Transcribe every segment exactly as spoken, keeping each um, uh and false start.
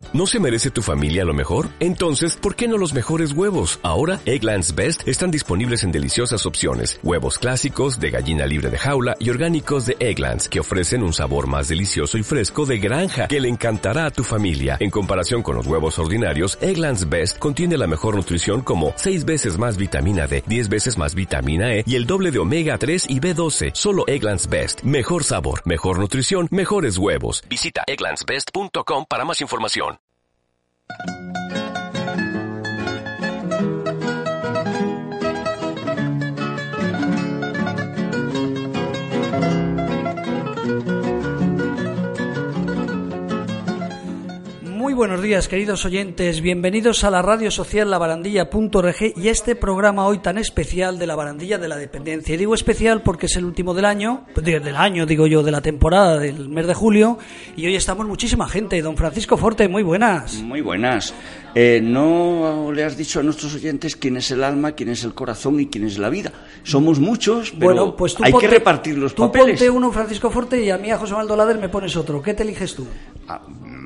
¿No se merece tu familia lo mejor? Entonces, ¿por qué no los mejores huevos? Ahora, Eggland's Best están disponibles en deliciosas opciones. Huevos clásicos, de gallina libre de jaula y orgánicos de Eggland's, que ofrecen un sabor más delicioso y fresco de granja que le encantará a tu familia. En comparación con los huevos ordinarios, Eggland's Best contiene la mejor nutrición como seis veces más vitamina D, diez veces más vitamina E y el doble de omega tres y B doce. Solo Eggland's Best. Mejor sabor, mejor nutrición, mejores huevos. Visita egglands best punto com para más información. Muy buenos días, queridos oyentes, bienvenidos a la radio social la barandilla punto org y a este programa hoy tan especial de la Barandilla de la Dependencia. Y digo especial porque es el último del año, pues del año digo yo, de la temporada del mes de julio, y hoy estamos muchísima gente. Don Francisco Forte, muy buenas. Muy buenas. Eh, no le has dicho a nuestros oyentes quién es el alma, quién es el corazón y quién es la vida. Somos muchos, pero bueno, pues tú hay ponte, que repartir los tú papeles. Tú ponte uno, Francisco Forte, y a mí, a José Manuel Lader, me pones otro. ¿Qué te eliges tú? Ah,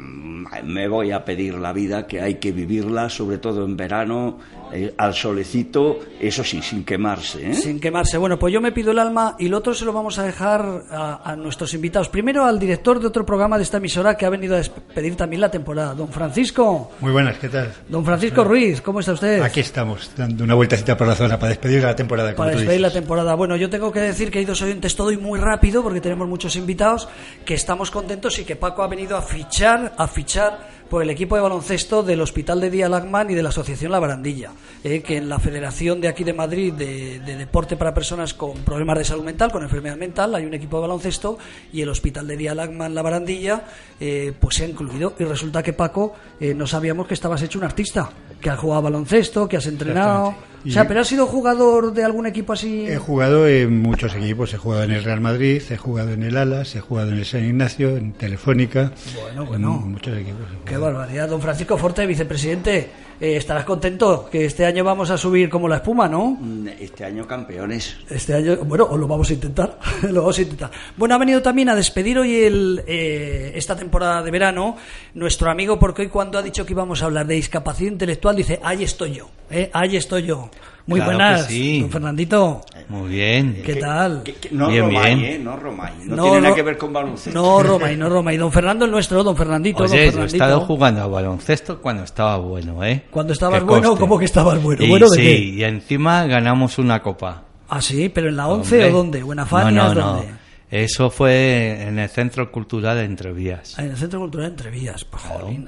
me voy a pedir la vida, que hay que vivirla, sobre todo en verano, eh, al solecito, eso sí, sin quemarse, ¿eh? Sin quemarse. Bueno, pues yo me pido el alma y lo otro se lo vamos a dejar a, a nuestros invitados. Primero al director de otro programa de esta emisora que ha venido a despedir también la temporada, don Francisco. Muy buenas, ¿qué tal? Don Francisco Ruiz, ¿cómo está usted? Aquí estamos, dando una vueltecita por la zona para despedir la temporada. Para despedir la temporada. Bueno, yo tengo que decir, queridos oyentes, todo y muy rápido, porque tenemos muchos invitados, que estamos contentos y que Paco ha venido a fichar, a fichar por el equipo de baloncesto del Hospital de Día Lagman y de la Asociación La Barandilla, eh, que en la Federación de aquí de Madrid de, de Deporte para Personas con Problemas de Salud Mental, con enfermedad mental, hay un equipo de baloncesto y el Hospital de Día Lagman La Barandilla eh, pues se ha incluido. Y resulta que, Paco, eh, no sabíamos que estabas hecho un artista, que has jugado baloncesto, que has entrenado. O sea, ¿pero has sido jugador de algún equipo así? He jugado en muchos equipos, he jugado en el Real Madrid, he jugado en el Alas, he jugado en el San Ignacio, en Telefónica, bueno, bueno. en muchos equipos. Qué barbaridad. Don Francisco Forte, vicepresidente, eh, estarás contento que este año vamos a subir como la espuma, ¿no? Este año campeones. Este año, bueno, os lo vamos a intentar, lo vamos a intentar. Bueno, ha venido también a despedir hoy el, eh, esta temporada de verano nuestro amigo, porque hoy cuando ha dicho que íbamos a hablar de discapacidad intelectual dice, ahí estoy yo, eh, ahí estoy yo. Muy claro buenas, sí. Don Fernandito. Muy bien. ¿Qué tal? Que, que, no bien, Romay, bien. ¿eh? No Romay. No, no tiene no, nada que ver con baloncesto. No Romay, no Romay. Don Fernando el nuestro, Don Fernandito. Oye, don yo he Fernandito. estado jugando a baloncesto cuando estaba bueno, ¿eh? Cuando estabas Que bueno, conste. ¿cómo que estabas bueno? Y, ¿Bueno de sí, qué? y encima ganamos una copa. Ah, sí, pero en la once Hombre. o dónde? ¿O en Afanias? No, no, ¿dónde? no. Eso fue en el Centro Cultural de Entrevías. Ah, en el Centro Cultural de Entrevías. Pues, Claro. jolín.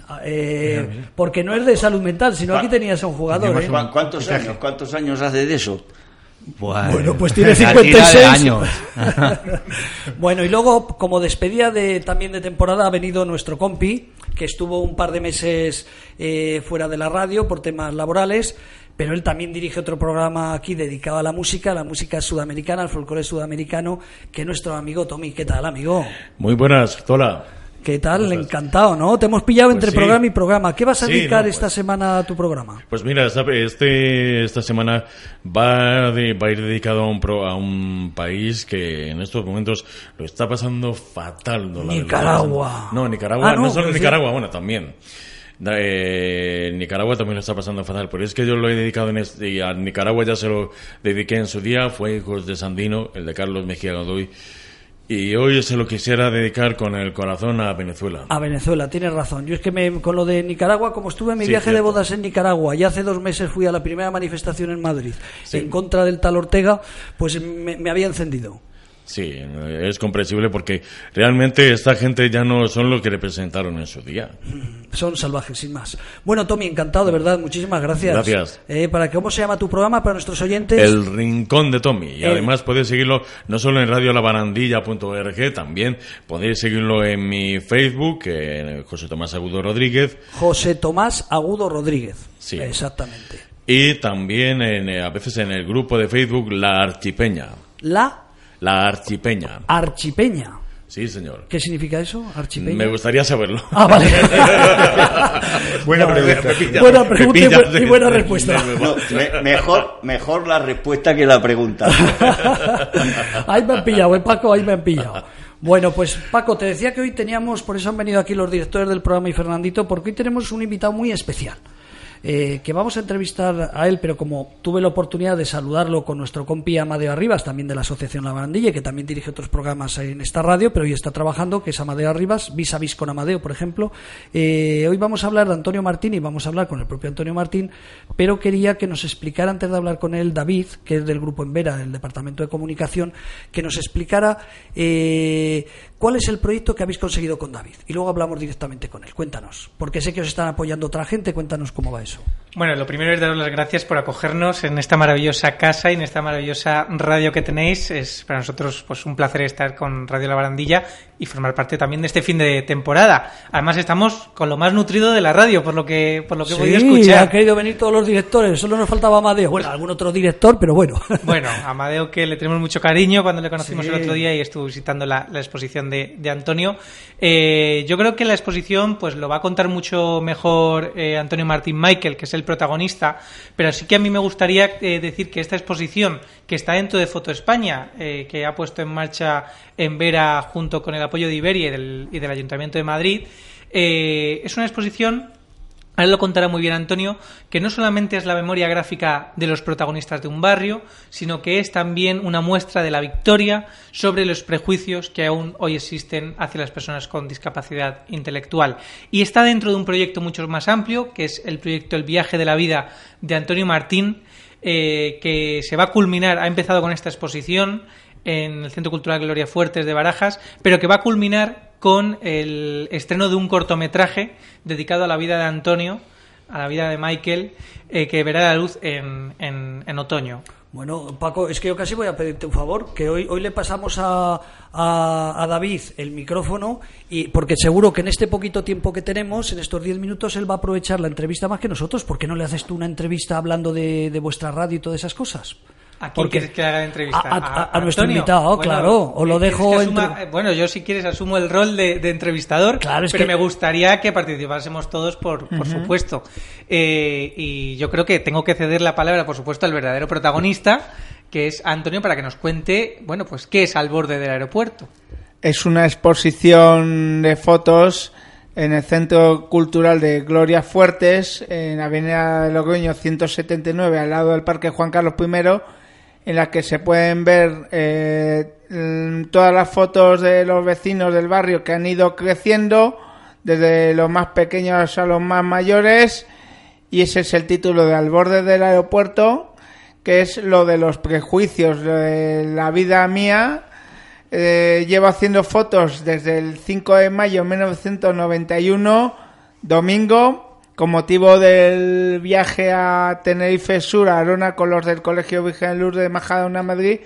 Eh, porque no es de salud mental, sino aquí tenías a un jugador. ¿eh? ¿Cu- ¿Cuántos años? ¿Cuántos años hace de eso? Bueno, Bueno, pues tiene la cincuenta y tira de seis años. Bueno, y luego, como despedida de, también de temporada, ha venido nuestro compi, que estuvo un par de meses eh, fuera de la radio por temas laborales, pero él también dirige otro programa aquí dedicado a la música, a la música sudamericana, al folclore sudamericano, que es nuestro amigo Tommy. ¿Qué tal, amigo? Muy buenas, Tola. ¿Qué tal? Encantado, ¿no? Te hemos pillado Pues entre sí. programa y programa. ¿Qué vas a Sí, dedicar no, pues. esta semana a tu programa? Pues mira, esta, este, esta semana va, de- va a ir dedicado a un, pro- a un país que en estos momentos lo está pasando fatal. ¿No? La- Nicaragua. No, Nicaragua, Ah, no, no, solo pues sí. Nicaragua, bueno, también. Da- eh, Nicaragua también lo está pasando fatal, pero es que yo lo he dedicado en este, y a Nicaragua ya se lo dediqué en su día, fue Hijos de Sandino, el de Carlos Mejía Godoy. Y hoy se lo quisiera dedicar con el corazón a Venezuela. A Venezuela, tienes razón. Yo es que me, con lo de Nicaragua, como estuve en mi Sí, viaje de cierto. bodas en Nicaragua y hace dos meses fui a la primera manifestación en Madrid Sí. en contra del tal Ortega, pues me, me había encendido. Sí, es comprensible porque realmente esta gente ya no son lo que representaron en su día. Son salvajes, sin más. Bueno, Tommy, encantado, de verdad. Muchísimas gracias. Gracias. Eh, para que, ¿cómo se llama tu programa para nuestros oyentes? El Rincón de Tommy. Y El- además podéis seguirlo no solo en radio la barandilla punto org, también podéis seguirlo en mi Facebook, eh, José Tomás Agudo Rodríguez, José Tomás Agudo Rodríguez. Sí. Exactamente. y también en, eh, a veces en el grupo de Facebook La Archipeña. La La Archipeña. Archipeña. Sí, señor. ¿Qué significa eso? Archipeña. Me gustaría saberlo. Ah, vale. Buena pregunta. Me pillas, Buena me pregunta y pillas bu- y de- buena respuesta. No, me- mejor, mejor la respuesta que la pregunta. Ahí me han pillado, eh, Paco, ahí me han pillado. Bueno, pues Paco, te decía que hoy teníamos, por eso han venido aquí los directores del programa y Fernandito, porque hoy tenemos un invitado muy especial. Eh, que vamos a entrevistar a él, pero como tuve la oportunidad de saludarlo con nuestro compi Amadeo Arribas, también de la Asociación La Barandilla, que también dirige otros programas en esta radio, pero hoy está trabajando, que es Amadeo Arribas, vis a vis con Amadeo, por ejemplo. Eh, hoy vamos a hablar de Antonio Martín y vamos a hablar con el propio Antonio Martín, pero quería que nos explicara, antes de hablar con él, David, que es del Grupo Envera, del Departamento de Comunicación, que nos explicara eh, cuál es el proyecto que habéis conseguido con David. Y luego hablamos directamente con él. Cuéntanos, porque sé que os están apoyando otra gente, cuéntanos cómo va eso. Bueno, lo primero es daros las gracias por acogernos en esta maravillosa casa y en esta maravillosa radio que tenéis. Es para nosotros pues un placer estar con Radio La Barandilla y formar parte también de este fin de temporada. Además estamos con lo más nutrido de la radio, por lo que por lo que sí, he podido escuchar. Sí, han querido venir todos los directores, solo nos faltaba Amadeo. Bueno, algún otro director, pero bueno. Bueno, Amadeo, que le tenemos mucho cariño cuando le conocimos sí. el otro día y estuvo visitando la, la exposición de, de Antonio. Eh, yo creo que la exposición pues lo va a contar mucho mejor eh, Antonio Martín Michael, que es el protagonista, pero sí que a mí me gustaría eh, decir que esta exposición, que está dentro de Foto España, eh, que ha puesto en marcha Envera junto con el apoyo de Iberia y del, y del Ayuntamiento de Madrid, eh, es una exposición, ahora lo contará muy bien Antonio, que no solamente es la memoria gráfica de los protagonistas de un barrio, sino que es también una muestra de la victoria sobre los prejuicios que aún hoy existen hacia las personas con discapacidad intelectual. Y está dentro de un proyecto mucho más amplio, que es el proyecto El viaje de la vida de Antonio Martín, eh, que se va a culminar, ha empezado con esta exposición en el Centro Cultural Gloria Fuertes de Barajas, pero que va a culminar con el estreno de un cortometraje dedicado a la vida de Antonio, a la vida de Michael, eh, que verá la luz en, en, en otoño. Bueno, Paco, es que yo casi voy a pedirte un favor, que hoy hoy le pasamos a, a, a David el micrófono, y porque seguro que en este poquito tiempo que tenemos, en estos diez minutos, él va a aprovechar la entrevista más que nosotros. ¿Por qué no le haces tú una entrevista hablando de, de vuestra radio y todas esas cosas? ¿A quién quieres que haga la entrevista? A, a, a, a nuestro invitado, bueno, claro. O lo dejo asuma, entre... Bueno, yo si quieres asumo el rol de, de entrevistador, claro, es pero que... me gustaría que participásemos todos, por, por uh-huh. supuesto. Eh, y yo creo que tengo que ceder la palabra, por supuesto, al verdadero protagonista, que es Antonio, para que nos cuente, bueno, pues qué es Al borde del aeropuerto. Es una exposición de fotos en el Centro Cultural de Gloria Fuertes, en Avenida de Logroño ciento setenta y nueve, al lado del Parque Juan Carlos primero, en la que se pueden ver eh, todas las fotos de los vecinos del barrio que han ido creciendo, desde los más pequeños a los más mayores, y ese es el título de Al borde del aeropuerto, que es lo de los prejuicios de la vida mía. Eh, llevo haciendo fotos desde el cinco de mayo de mil novecientos noventa y uno, domingo, con motivo del viaje a Tenerife Sur, a Arona, con los del Colegio Virgen de Lourdes de Majadahonda, Madrid,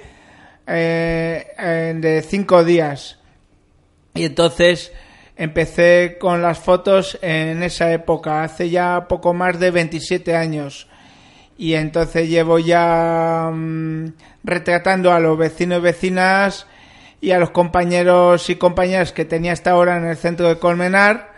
eh, de cinco días. Y entonces empecé con las fotos en esa época, hace ya poco más de veintisiete años. Y entonces llevo ya mmm, retratando a los vecinos y vecinas y a los compañeros y compañeras que tenía hasta ahora en el centro de Colmenar.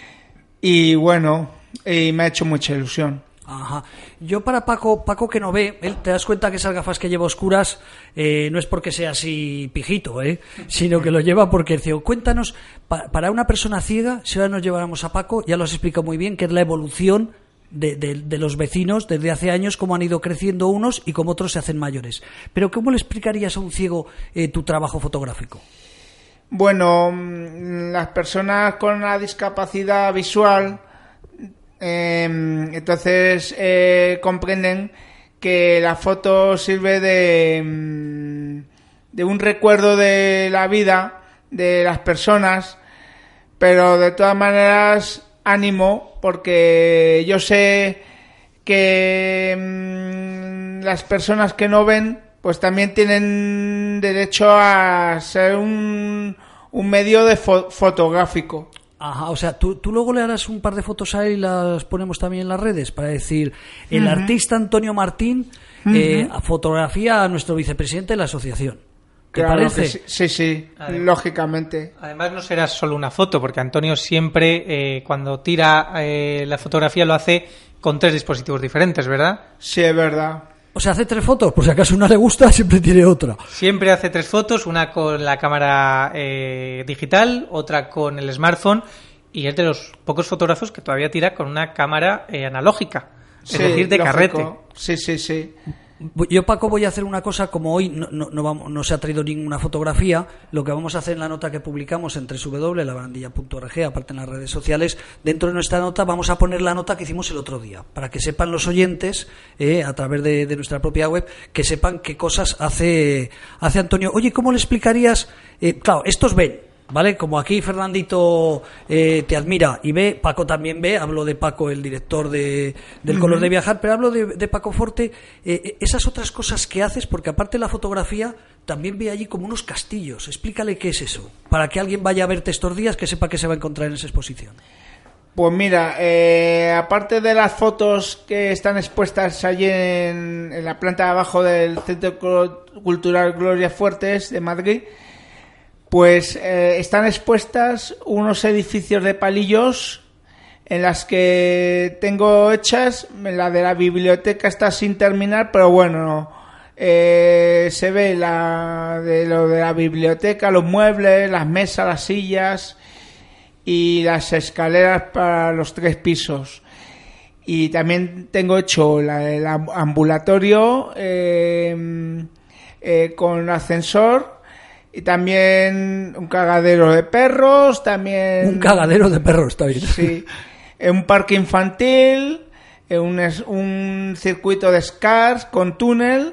Y bueno, y me ha hecho mucha ilusión. Ajá. Yo para Paco, Paco que no ve, él, te das cuenta que esas gafas que lleva oscuras eh, no es porque sea así pijito, ¿eh? Sino que lo lleva porque el ciego. Cuéntanos, pa, para una persona ciega, si ahora nos lleváramos a Paco, ya lo has explicado muy bien, que es la evolución de, de, de los vecinos desde hace años, cómo han ido creciendo unos y cómo otros se hacen mayores. Pero ¿cómo le explicarías a un ciego eh, tu trabajo fotográfico? Bueno, las personas con la discapacidad visual eh, entonces eh, comprenden que la foto sirve de, de un recuerdo de la vida de las personas, pero de todas maneras ánimo, porque yo sé que mmm, las personas que no ven pues también tienen derecho a ser un, un medio de fo- fotográfico. Ajá, o sea, ¿tú, tú luego le harás un par de fotos a él y las ponemos también en las redes para decir, el uh-huh. artista Antonio Martín uh-huh. eh, fotografía a nuestro vicepresidente de la asociación. ¿Te claro parece? Que sí, sí, sí además, lógicamente. Además no será solo una foto, porque Antonio siempre, eh, cuando tira eh, la fotografía, lo hace con tres dispositivos diferentes, ¿verdad? Sí, es verdad. O sea, hace tres fotos, por si acaso una le gusta, siempre tiene otra. Siempre hace tres fotos, una con la cámara eh, digital, otra con el smartphone, y es de los pocos fotógrafos que todavía tira con una cámara eh, analógica, es Sí, decir, de lógico. carrete. Sí, sí, sí. Yo, Paco, voy a hacer una cosa, como hoy no, no, no, vamos, no se ha traído ninguna fotografía, lo que vamos a hacer en la nota que publicamos en doble u doble u doble punto la barandilla punto org, aparte en las redes sociales, dentro de nuestra nota vamos a poner la nota que hicimos el otro día, para que sepan los oyentes, eh, a través de, de nuestra propia web, que sepan qué cosas hace, hace Antonio. Oye, ¿cómo le explicarías? Eh, claro, estos ven, ¿vale? Como aquí Fernandito eh, te admira y ve, Paco también ve, hablo de Paco, el director de, del uh-huh. Color de Viajar, pero hablo de, de Paco Forte, eh, esas otras cosas que haces, porque aparte de la fotografía, también ve allí como unos castillos. Explícale qué es eso, para que alguien vaya a verte estos días, que sepa que se va a encontrar en esa exposición. Pues mira, eh, aparte de las fotos que están expuestas allí en, en la planta de abajo del Centro Cultural Gloria Fuertes de Madrid, pues eh, están expuestas unos edificios de palillos en las que tengo hechas. La de la biblioteca está sin terminar, pero bueno, eh, se ve la de lo de la biblioteca, los muebles, las mesas, las sillas y las escaleras para los tres pisos. Y también tengo hecho la, el ambulatorio eh, eh, con ascensor. Y también un cagadero de perros, también... Un cagadero de perros, está bien. Sí. Un parque infantil, un, un circuito de scars con túnel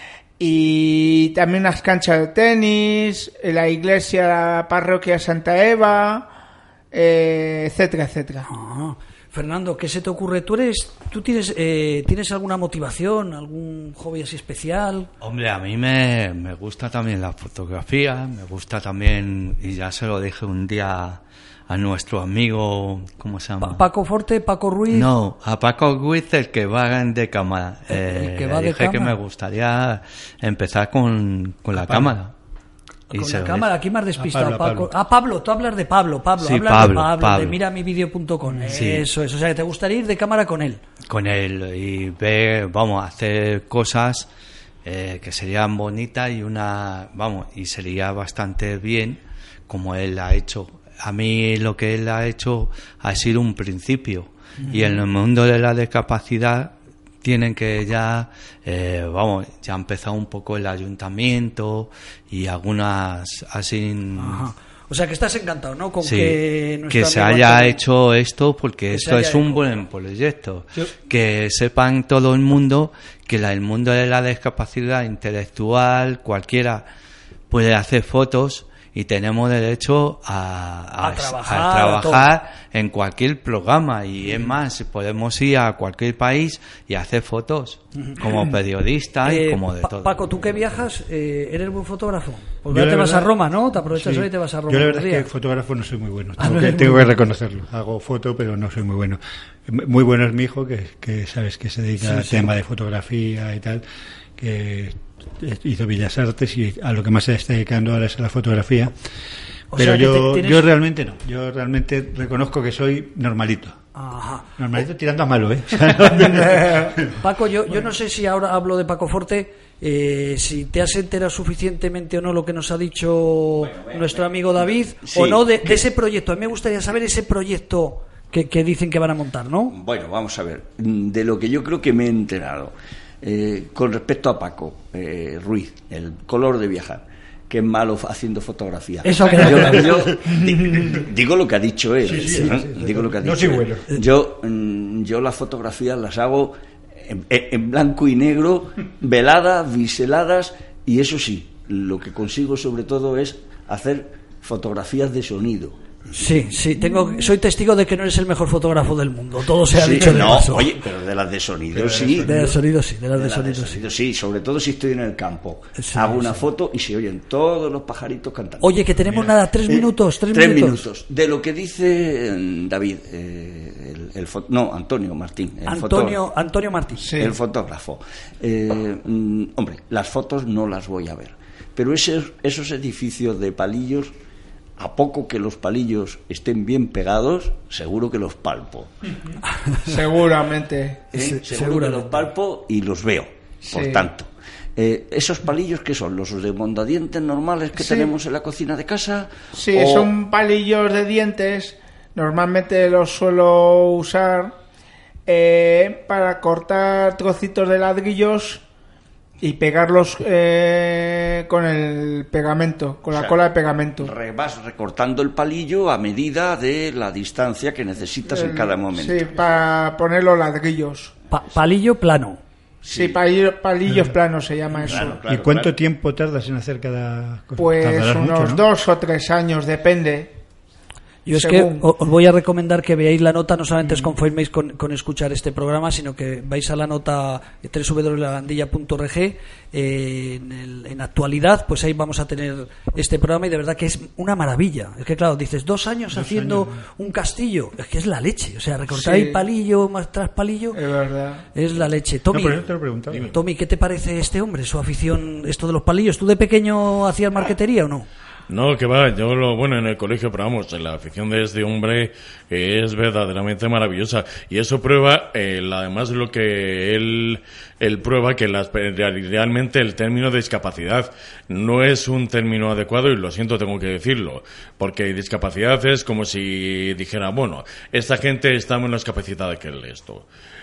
y también unas canchas de tenis, la iglesia, la parroquia Santa Eva, eh, etcétera, etcétera. Ah. Fernando, ¿qué se te ocurre? ¿Tú eres, tú tienes, eh, tienes alguna motivación, algún hobby así especial? Hombre, a mí me, me gusta también la fotografía, me gusta también, y ya se lo dije un día a nuestro amigo, ¿cómo se llama? Pa- Paco Forte, Paco Ruiz. No, a Paco Ruiz, el que va de cámara. El Eh, que va de dije cámara. que me gustaría empezar con, con la cámara. Con se la lo cámara, dije. aquí me has despistado, A Pablo, a Paco. Pablo. Ah, Pablo, tú hablas de Pablo, Pablo, Sí, hablas Pablo, de Pablo, Pablo. de mira mi vídeo punto com. Sí. Eso es, o sea, que te gustaría ir de cámara con él. Con él y ver, vamos, hacer cosas eh, que serían bonitas y una, vamos, y sería bastante bien como él ha hecho. A mí lo que él ha hecho ha sido un principio. Uh-huh. Y en el mundo de la discapacidad tienen que ya, eh, vamos, ya ha empezado un poco el ayuntamiento y algunas así. Ajá. O sea, que estás encantado, ¿no? Con Sí, que, nuestro que se amigo haya Antonio- hecho esto, porque Que se esto haya es un hecho. buen proyecto. Yo- Que sepan todo el mundo que la, el mundo de la discapacidad intelectual, cualquiera puede hacer fotos y tenemos derecho a, A trabajar, a a trabajar en cualquier programa. Y es más, podemos ir a cualquier país y hacer fotos como periodista Eh, y como de Pa- todo. Paco, tú que viajas, eh, eres buen fotógrafo. Porque Yo ahora te la vas a verdad- Roma, ¿no? Te aprovechas Sí. hoy y te vas a Roma. Yo la unos verdad es que días. fotógrafo no soy muy bueno. Ah, Tengo, no que, eres tengo muy que bueno. reconocerlo. Hago foto, pero no soy muy bueno. Muy bueno es mi hijo, que, que sabes que se dedica Sí, al sí. tema de fotografía y tal, que hizo Bellas Artes y a lo que más se está dedicando ahora es a la fotografía. O Pero sea, que yo, te- tienes- yo realmente no. Yo realmente reconozco que soy normalito. Ajá. Normalito tirando a malo, ¿eh? Paco, yo, yo no sé si ahora hablo de Paco Forte, eh, si te has enterado suficientemente o no lo que nos ha dicho nuestro amigo David, sí, o no de, de que- ese proyecto. A mí me gustaría saber ese proyecto que, que dicen que van a montar, ¿no? Bueno, vamos a ver. De lo que yo creo que me he enterado. Eh, con respecto a Paco eh, Ruiz, el color de viajar, que es malo haciendo fotografía. Eso ha quedado Yo- claro. yo di- digo lo que ha dicho él. Sí, sí, ¿no? sí, sí, Digo lo que ha no dicho soy él. bueno. Yo, mm, yo las fotografías las hago en, en blanco y negro, veladas, biseladas, y eso sí, lo que consigo sobre todo es hacer fotografías de sonido. Sí, sí, tengo, soy testigo de que no eres el mejor fotógrafo del mundo. Todo se ha Sí, dicho de no, paso. oye, pero de las de sonido Pero de sí. las De sonido sí, de las de, De las sonido, de sí. sonido, sí, sobre todo si estoy en el campo. Sí, Hago una sí. foto y se oyen todos los pajaritos cantando. Oye, que tenemos nada, tres Eh, minutos, tres, tres minutos. minutos. De lo que dice eh, David, eh, el, el fo- no, Antonio Martín, el Antonio, fotógrafo. Antonio Martín. Sí. El fotógrafo. Eh, mm, hombre, las fotos no las voy a ver. Pero ese- esos edificios de palillos, a poco que los palillos estén bien pegados, seguro que los palpo. Seguramente. ¿eh? Sí, Seguro que seguramente. los palpo y los veo. Por Sí. tanto, eh, ¿esos palillos qué son? ¿Los de mondadientes normales que Sí. tenemos en la cocina de casa? Sí, ¿O- son palillos de dientes. Normalmente los suelo usar eh, para cortar trocitos de ladrillos y pegarlos eh, con el pegamento, con O la sea, cola de pegamento. re- vas recortando el palillo a medida de la distancia que necesitas en El- cada momento. Sí, para poner los ladrillos. Pa- palillo plano. Sí, palillo- palillos planos se llama eso. Claro, claro, ¿Y cuánto claro. tiempo tardas en hacer cada cosa? Pues Tardarás unos mucho, ¿no? dos o tres años, depende. Yo es Según. que o- os voy a recomendar que veáis la nota, no solamente os conforméis con, con escuchar este programa, sino que vais a la nota doble u doble u doble u punto la barandilla punto org, eh, en, el- en actualidad, pues ahí vamos a tener este programa y de verdad que es una maravilla. Es que claro, dices, dos años Dos haciendo años, un castillo, es que es la leche, o sea, recortar Sí. ahí palillo más tras palillo, Es verdad. es la leche. No, Tommy, por eso te lo preguntaba. Tommy, ¿qué te parece este hombre, su afición, esto de los palillos? ¿Tú de pequeño hacías marquetería o no? No, que va, yo lo bueno en el colegio, pero vamos, la afición de este hombre es verdaderamente maravillosa. Y eso prueba, eh, además, lo que él, él prueba, que las, realmente el término discapacidad no es un término adecuado, y lo siento, tengo que decirlo, porque discapacidad es como si dijera, bueno, esta gente está menos capacitada que el resto.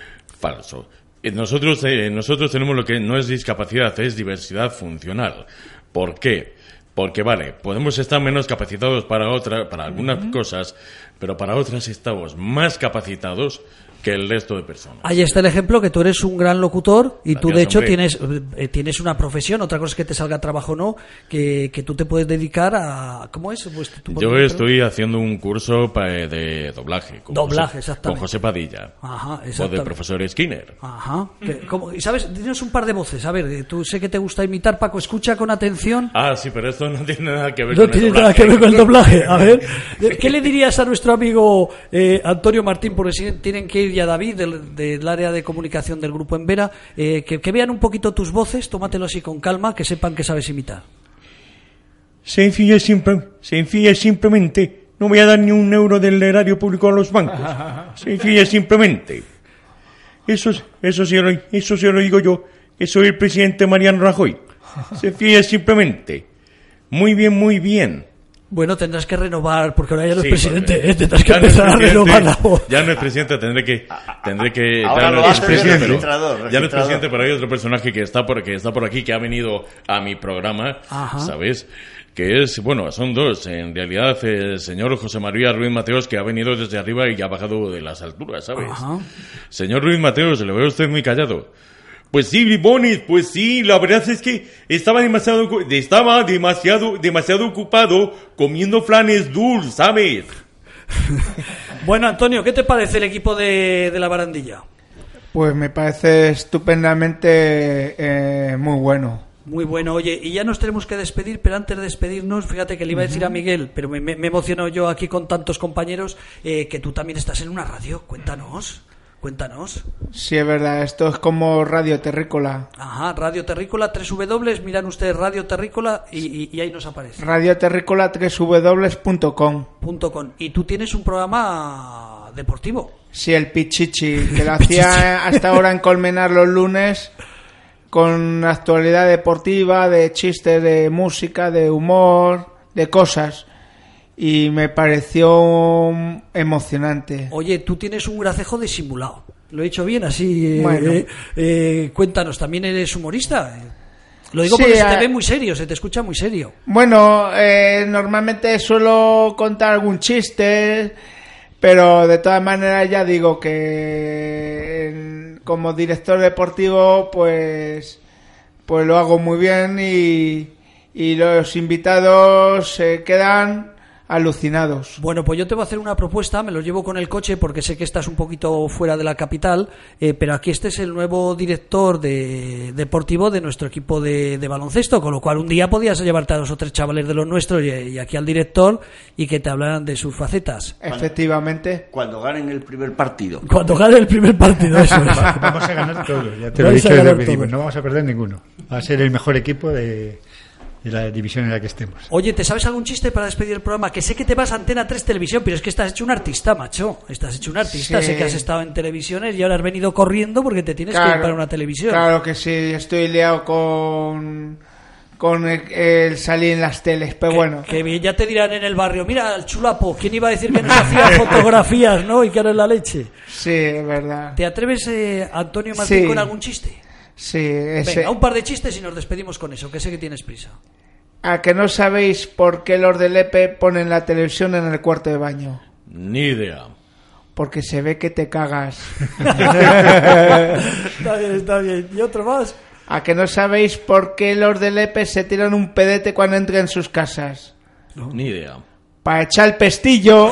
Falso. Y Nosotros, eh, nosotros tenemos lo que no es discapacidad, es diversidad funcional. ¿Por qué? Porque, vale, podemos estar menos capacitados para otra, para algunas cosas, pero para otras estamos más capacitados que el resto de personas. Ahí está el ejemplo, que tú eres un gran locutor y tú Gracias, de hecho hombre. tienes eh, tienes una profesión, otra cosa es que te salga trabajo o no, que, que tú te puedes dedicar a... ¿Cómo es? Pues, tú- Yo perdón. estoy haciendo un curso pa- de doblaje. Con Doblaje, José- exactamente. Con José Padilla. Ajá, O del exactamente. profesor Skinner. Ajá. Que- como- y sabes, tienes un par de voces, a ver, eh, tú sé que te gusta imitar, Paco, escucha con atención. Ah, sí, pero esto no tiene nada que ver No con el tiene doblaje. nada que ver con el doblaje. A ver, ¿qué le dirías a nuestro amigo eh, Antonio Martín? Porque si tienen que ir ya David del, del área de comunicación del grupo Envera, eh, que, que vean un poquito tus voces, tómatelo así con calma, que sepan que sabes imitar. Sencilla y simple, sencilla y simplemente. No voy a dar ni un euro del erario público a los bancos. Sencilla y simplemente. Eso, eso, sí lo, eso sí lo digo yo, que soy el presidente Mariano Rajoy. Sencilla y simplemente. Muy bien, muy bien. Bueno, tendrás que renovar, porque ahora ya no Sí, es presidente, porque ¿eh? Tendrás que ya no es empezar a presidente, renovar la voz. Ya no es presidente, tendré que... Tendré que Ahora ya no lo es hace de presidente, registrador, Ya no es registrador. presidente, pero hay otro personaje que está por, que está por aquí, que ha venido a mi programa, Ajá. ¿sabes? Que es, bueno, son dos. En realidad, el señor José María Ruiz Mateos, que ha venido desde arriba y ha bajado de las alturas, ¿sabes? Ajá. Señor Ruiz Mateos, le veo a usted muy callado. Pues sí, Bribones, pues sí, la verdad es que estaba demasiado, estaba demasiado, demasiado ocupado comiendo flanes dulces, ¿sabes? Bueno, Antonio, ¿qué te parece el equipo de, de la barandilla? Pues me parece estupendamente eh, muy bueno. Muy bueno, oye, y ya nos tenemos que despedir, pero antes de despedirnos, fíjate que le iba a decir a Miguel, pero me, me, me emociono yo aquí con tantos compañeros, eh, que tú también estás en una radio, cuéntanos, cuéntanos. Sí, es verdad, esto es como Radio Terrícola. Ajá, Radio Terrícola, tres W, miran ustedes Radio Terrícola y, y, y ahí nos aparece. Radio Terrícola tres w w punto com. Punto com. Y tú tienes un programa deportivo. Sí, el Pichichi, que lo hacía hasta ahora en Colmenar los lunes, con actualidad deportiva, de chistes, de música, de humor, de cosas. Y me pareció emocionante. Oye, tú tienes un gracejo disimulado. Lo he hecho bien, así. eh, Bueno. eh, eh, cuéntanos, ¿también eres humorista? Lo digo Sí, porque se te a- ve muy serio, se te escucha muy serio. Bueno, eh, normalmente suelo contar algún chiste, pero de todas maneras ya digo que en- como director deportivo pues pues lo hago muy bien y, y los invitados se quedan alucinados. Bueno, pues yo te voy a hacer una propuesta, me lo llevo con el coche porque sé que estás un poquito fuera de la capital, eh, pero aquí este es el nuevo director de, deportivo de nuestro equipo de, de baloncesto, con lo cual un día podías llevarte a dos o tres chavales de los nuestros y, y aquí al director y que te hablaran de sus facetas. Efectivamente. Cuando ganen el primer partido. Cuando gane el primer partido, eso es. Vamos a ganar todos, ya te lo he Vais a dicho desde ganar el principio, todos. no vamos a perder ninguno. Va a ser el mejor equipo de, de la división en la que estemos. Oye, ¿te sabes algún chiste para despedir el programa? Que sé que te vas a Antena tres Televisión, pero es que estás hecho un artista, macho. Estás hecho un artista. Sí. Sé que has estado en televisiones y ahora has venido corriendo porque te tienes Claro, que ir para una televisión. Claro que sí, estoy liado con, con el, el salir en las teles, pero Que- bueno. Que bien, ya te dirán en el barrio, mira, el chulapo, ¿quién iba a decir que nos hacía fotografías, no? Y que ahora es la leche. Sí, es verdad. ¿Te atreves, eh, Antonio Martín, Sí. con algún chiste? Sí, ese. Venga, un par de chistes y nos despedimos con eso, que sé que tienes prisa. ¿A que no sabéis por qué los del E P E ponen la televisión en el cuarto de baño? Ni idea. Porque se ve que te cagas. Está bien, está bien. ¿Y otro más? ¿A que no sabéis por qué los del E P E se tiran un pedete cuando entran en sus casas? Ni idea. Para echar el pestillo.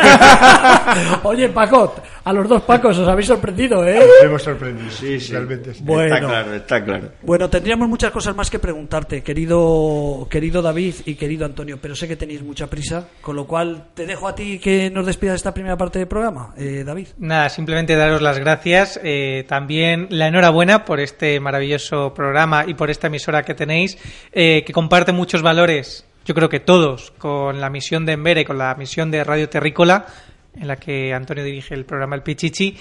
Oye, Paco, a los dos Pacos os habéis sorprendido, ¿eh? Nos hemos sorprendido. Sí, sí. Realmente sí. Bueno. Está claro, está claro. Bueno, tendríamos muchas cosas más que preguntarte, querido querido David y querido Antonio, pero sé que tenéis mucha prisa, con lo cual te dejo a ti que nos despidas esta primera parte del programa, eh, David. Nada, simplemente daros las gracias, eh, también la enhorabuena por este maravilloso programa y por esta emisora que tenéis, eh, que comparte muchos valores, yo creo que todos, con la misión de Embera y con la misión de Radio Terrícola, en la que Antonio dirige el programa El Pichichi,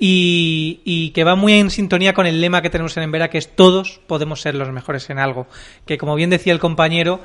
y, y que va muy en sintonía con el lema que tenemos en Embera, que es todos podemos ser los mejores en algo. Que, como bien decía el compañero,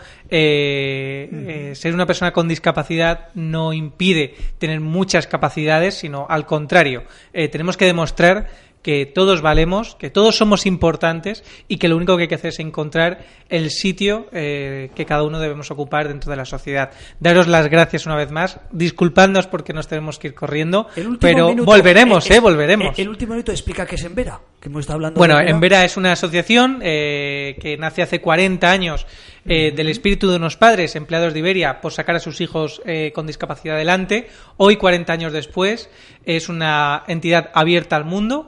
eh, eh, ser una persona con discapacidad no impide tener muchas capacidades, sino al contrario, eh, tenemos que demostrar que todos valemos, que todos somos importantes y que lo único que hay que hacer es encontrar el sitio eh, que cada uno debemos ocupar dentro de la sociedad. Daros las gracias una vez más, disculpadnos porque nos tenemos que ir corriendo, El último pero minuto, volveremos, eh, eh, volveremos. El, el último minuto explica qué es Embera, que hemos estado hablando Bueno, de Embera. Embera es una asociación eh, que nace hace cuarenta años eh, del espíritu de unos padres empleados de Iberia por sacar a sus hijos eh, con discapacidad adelante. Hoy, cuarenta años después, es una entidad abierta al mundo.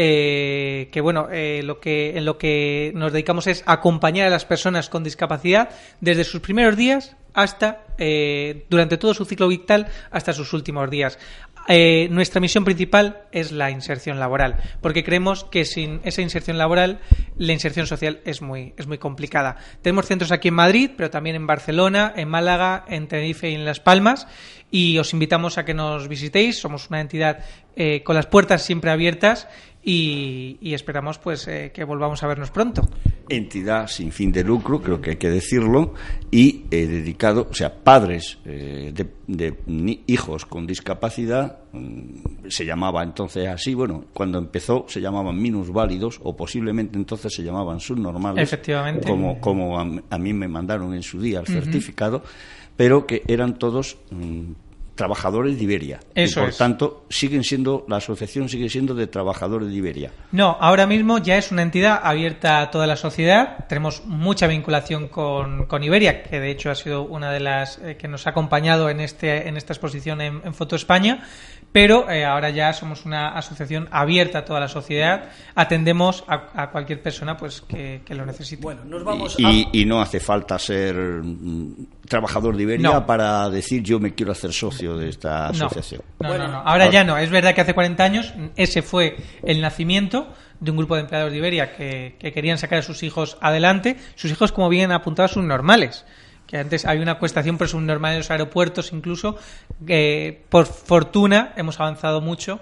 Eh, que bueno, eh, lo que en lo que nos dedicamos es acompañar a las personas con discapacidad desde sus primeros días hasta eh, durante todo su ciclo vital hasta sus últimos días. Eh, nuestra misión principal es la inserción laboral, porque creemos que sin esa inserción laboral la inserción social es muy es muy complicada. Tenemos centros aquí en Madrid, pero también en Barcelona, en Málaga, en Tenerife y en Las Palmas, y os invitamos a que nos visitéis. Somos una entidad eh, con las puertas siempre abiertas y, y esperamos pues eh, que volvamos a vernos pronto. Entidad sin fin de lucro, creo que hay que decirlo, y eh, dedicado, o sea, padres eh, de, de ni- hijos con discapacidad, mm, se llamaba entonces así, bueno, cuando empezó se llamaban minusválidos, o posiblemente entonces se llamaban subnormales, Efectivamente. como, como a, a mí me mandaron en su día el Ujú. certificado, pero que eran todos mm, trabajadores de Iberia. Eso y por es. tanto, siguen siendo, la asociación sigue siendo de trabajadores de Iberia. No, ahora mismo ya es una entidad abierta a toda la sociedad. Tenemos mucha vinculación con, con Iberia, que de hecho ha sido una de las eh, que nos ha acompañado en este en esta exposición en, en Foto España. Pero eh, ahora ya somos una asociación abierta a toda la sociedad. Atendemos a, a cualquier persona pues que, que lo necesite. Bueno, nos vamos y, a... y- y no hace falta ser mm, trabajador de Iberia No. para decir yo me quiero hacer socio de esta No, asociación. no, Bueno, no, no. Ahora ya no. Es verdad que hace cuarenta años ese fue el nacimiento de un grupo de empleados de Iberia que, que querían sacar a sus hijos adelante. Sus hijos, como bien apuntados, subnormales. Que antes había una cuestación por subnormal en los aeropuertos incluso. Que por fortuna hemos avanzado mucho.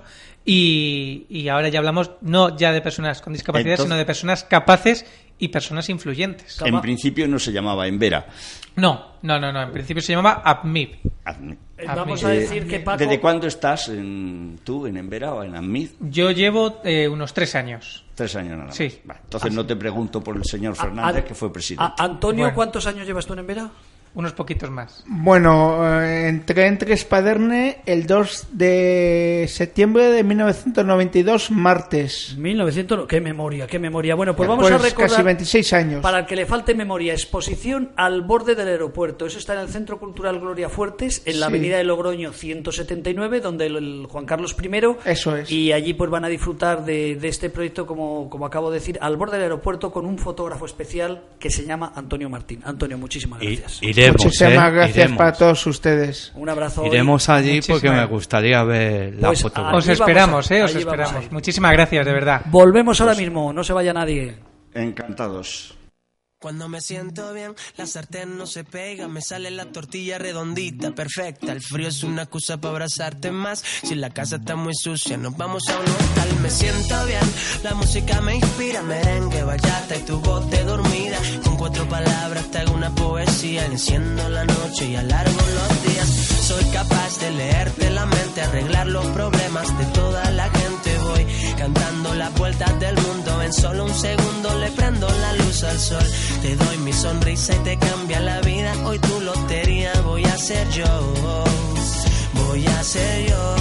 Y, y ahora ya hablamos no ya de personas con discapacidad, Entonces- sino de personas capaces y personas influyentes. En principio no se llamaba Embera. No, no, no, no. En principio se llamaba APMIB. Eh, Vamos a decir que Paco... ¿Desde cuándo estás en, tú en Embera o en Admid? Yo llevo eh, unos tres años. Tres años nada más. Sí. Vale, entonces no te pregunto por el señor A- Fernández, a- que fue presidente. a- Antonio, Bueno. ¿cuántos años llevas tú en Embera? Unos poquitos más. Bueno, eh, entré en Tres Paderne el dos de septiembre de mil novecientos noventa y dos, martes. mil novecientos... ¡Qué memoria, qué memoria! Bueno, pues vamos Pues a recordar... casi veintiséis años. Para el que le falte memoria, exposición al borde del aeropuerto. Eso está en el Centro Cultural Gloria Fuertes, en la Sí. avenida de Logroño ciento setenta y nueve, donde el, el Juan Carlos primero. Eso es. Y allí pues van a disfrutar de, de este proyecto, como, como acabo de decir, al borde del aeropuerto, con un fotógrafo especial que se llama Antonio Martín. Antonio, muchísimas I- gracias. iremos, Muchísimas ¿eh? gracias Iremos. para todos ustedes. Un abrazo. Iremos y- allí Muchísimas- porque me gustaría ver la Pues, fotografía. Os Allí vamos esperamos, a- eh, os allí vamos a esperamos. ir. Muchísimas gracias, de verdad. Volvemos ahora mismo, no se vaya nadie. Encantados. Cuando me siento bien, la sartén no se pega, me sale la tortilla redondita, perfecta. El frío es una excusa para abrazarte más. Si la casa está muy sucia, nos vamos a un hotel. Me siento bien, la música me inspira, merengue, bachata y tu voz de dormida. Con cuatro palabras te hago una poesía, enciendo la noche y alargo los días. Soy capaz de leerte la mente, arreglar los problemas de toda la gente. Voy cantando las vueltas del mundo, en solo un segundo le prendo la luz al sol. Te doy mi sonrisa y te cambia la vida. Hoy tu lotería voy a ser yo, voy a ser yo.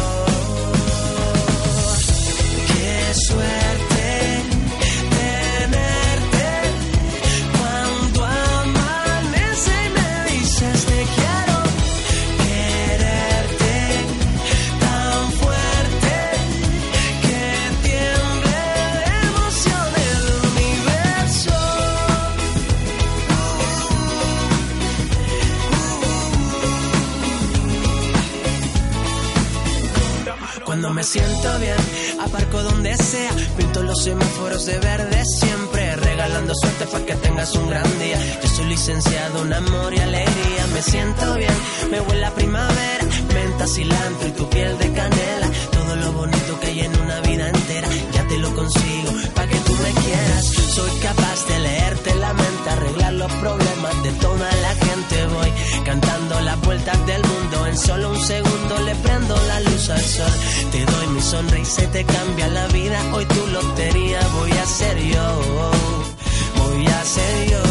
Qué suerte tenerte cuando amanece y me dices te quiero. Quererte tan fuerte que tiemble de emoción el universo. Cuando me siento bien, aparco donde sea, pinto los semáforos de verde siempre, regalando suerte para que tengas un gran día. Yo soy licenciado en amor y alegría. Me siento bien, me huele a primavera, menta, cilantro y tu piel de canela. Todo lo bonito que hay en una vida entera, ya te lo consigo para que tú me quieras. Soy capaz de leerte la mente, arreglar los problemas de toda la gente. Voy cantando las vueltas del mundo, en solo un segundo le prendo la luz al sol. Te doy mi sonrisa y te cambia la vida. Hoy tu lotería voy a ser yo, voy a ser yo.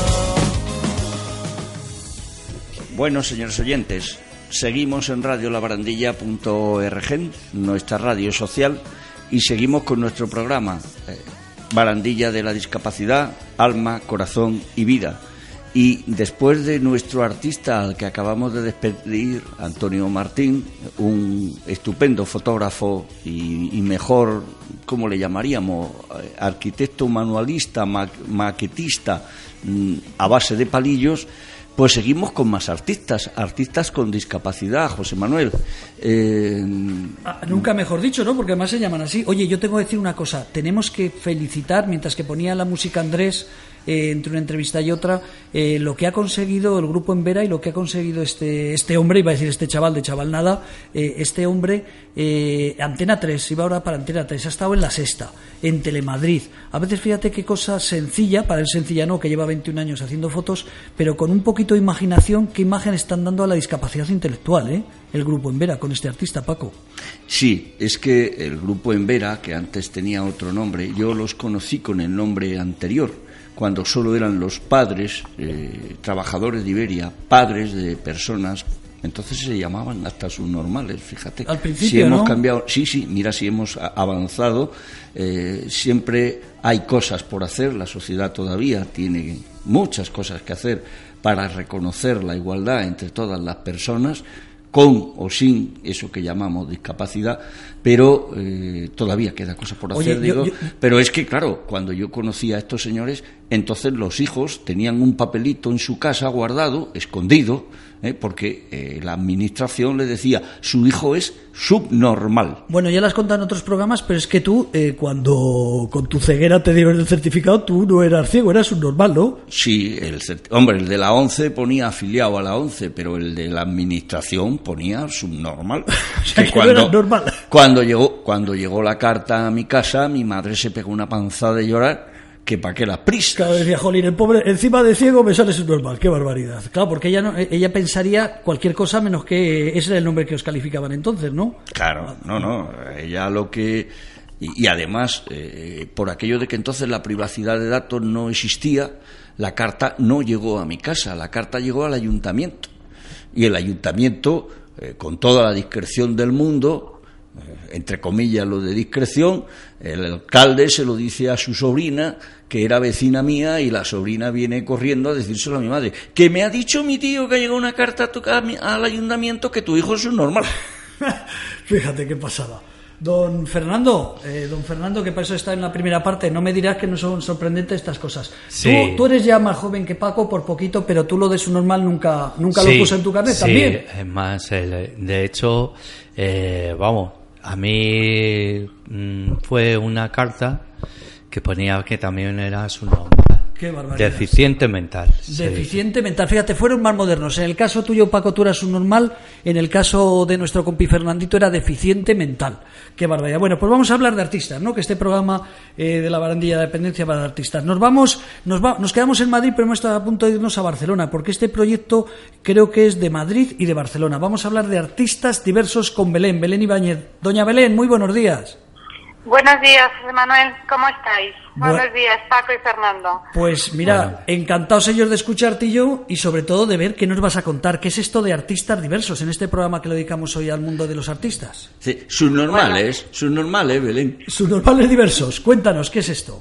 Bueno, señores oyentes, seguimos en radio la barandilla punto org, nuestra radio social, y seguimos con nuestro programa eh, Barandilla de la Discapacidad, Alma, Corazón y Vida. Y después de nuestro artista al que acabamos de despedir, Antonio Martín, un estupendo fotógrafo y, y mejor, ¿cómo le llamaríamos? Arquitecto, manualista, ma- maquetista, mmm, a base de palillos, pues seguimos con más artistas, artistas con discapacidad, José Manuel. Eh... Ah, nunca mejor dicho, ¿no? Porque además se llaman así. Oye, yo tengo que decir una cosa, tenemos que felicitar, mientras que ponía la música Andrés, eh, entre una entrevista y otra, eh, lo que ha conseguido el grupo Envera y lo que ha conseguido este este hombre, iba a decir este chaval, de chaval nada, eh, este hombre, eh, Antena tres, iba ahora para Antena tres, ha estado en La Sexta, en Telemadrid. A veces fíjate qué cosa sencilla, para él sencilla no, que lleva veintiún años haciendo fotos, pero con un poquito de imaginación, qué imagen están dando a la discapacidad intelectual, ¿eh? El grupo Envera con este artista, Paco. Sí, es que el grupo Envera, que antes tenía otro nombre, yo los conocí con el nombre anterior, cuando solo eran los padres, eh, trabajadores de Iberia, padres de personas, entonces se llamaban hasta subnormales, fíjate. Al principio, si hemos ¿no? cambiado, sí, sí, mira si hemos avanzado, eh, siempre hay cosas por hacer, la sociedad todavía tiene muchas cosas que hacer para reconocer la igualdad entre todas las personas, con o sin eso que llamamos discapacidad, pero eh, todavía queda cosas por hacer. Oye, yo, digo, yo... pero es que, claro, cuando yo conocí a estos señores, entonces los hijos tenían un papelito en su casa guardado, escondido, ¿eh? porque eh, la administración le decía, su hijo es subnormal. Bueno, ya lo has contado en otros programas, pero es que tú, eh, cuando con tu ceguera te dieron el certificado, tú no eras ciego, eras subnormal, ¿no? Sí, el cert... hombre, el de la ONCE ponía afiliado a la ONCE, pero el de la administración ponía subnormal. O sea, que, que cuando, no eras normal. Cuando llegó, cuando llegó la carta a mi casa, mi madre se pegó una panzada de llorar, que para qué las prisas. Claro, decía, jolín, el pobre, encima de ciego me sale subnormal, qué barbaridad. Claro, porque ella no, ella pensaría cualquier cosa menos que ese era el nombre que os calificaban entonces, ¿no? Claro, no, no, ella lo que... Y, y además, eh, por aquello de que entonces la privacidad de datos no existía, la carta no llegó a mi casa, la carta llegó al ayuntamiento. Y el ayuntamiento, eh, con toda la discreción del mundo, entre comillas lo de discreción, el alcalde se lo dice a su sobrina, que era vecina mía, y la sobrina viene corriendo a decírselo a mi madre, que me ha dicho mi tío que ha llegado una carta a tu, a mi, al ayuntamiento que tu hijo es un normal. Fíjate qué pasada. Don Fernando, eh, don Fernando, que para eso está en la primera parte, no me dirás que no son sorprendentes estas cosas. Sí. Tú, tú eres ya más joven que Paco por poquito, pero tú lo de su normal nunca, nunca sí, lo puse en tu carnet sí, también. Es más, el, de hecho, eh, vamos, a mí mmm, fue una carta que ponía que también era su normal. Qué barbaridad. Deficiente mental. Deficiente mental. Fíjate, fueron más modernos. En el caso tuyo, Paco, tú eras un normal. En el caso de nuestro compi Fernandito era deficiente mental. Qué barbaridad. Bueno, pues vamos a hablar de artistas, ¿no? Que este programa eh, de la barandilla de dependencia va de artistas. Nos vamos, nos, va, nos quedamos en Madrid, pero hemos estado a punto de irnos a Barcelona, porque este proyecto creo que es de Madrid y de Barcelona. Vamos a hablar de artistas diversos con Belén, Belén Ibáñez. Doña Belén, muy buenos días. Buenos días, Manuel, ¿cómo estáis? Bu- Buenos días, Paco y Fernando. Pues mira, Bueno. encantados ellos de escucharte y yo, y sobre todo de ver qué nos vas a contar, qué es esto de artistas diversos en este programa que lo dedicamos hoy al mundo de los artistas. Sí, subnormales, subnormales, Belén. Subnormales diversos, cuéntanos, ¿qué es esto?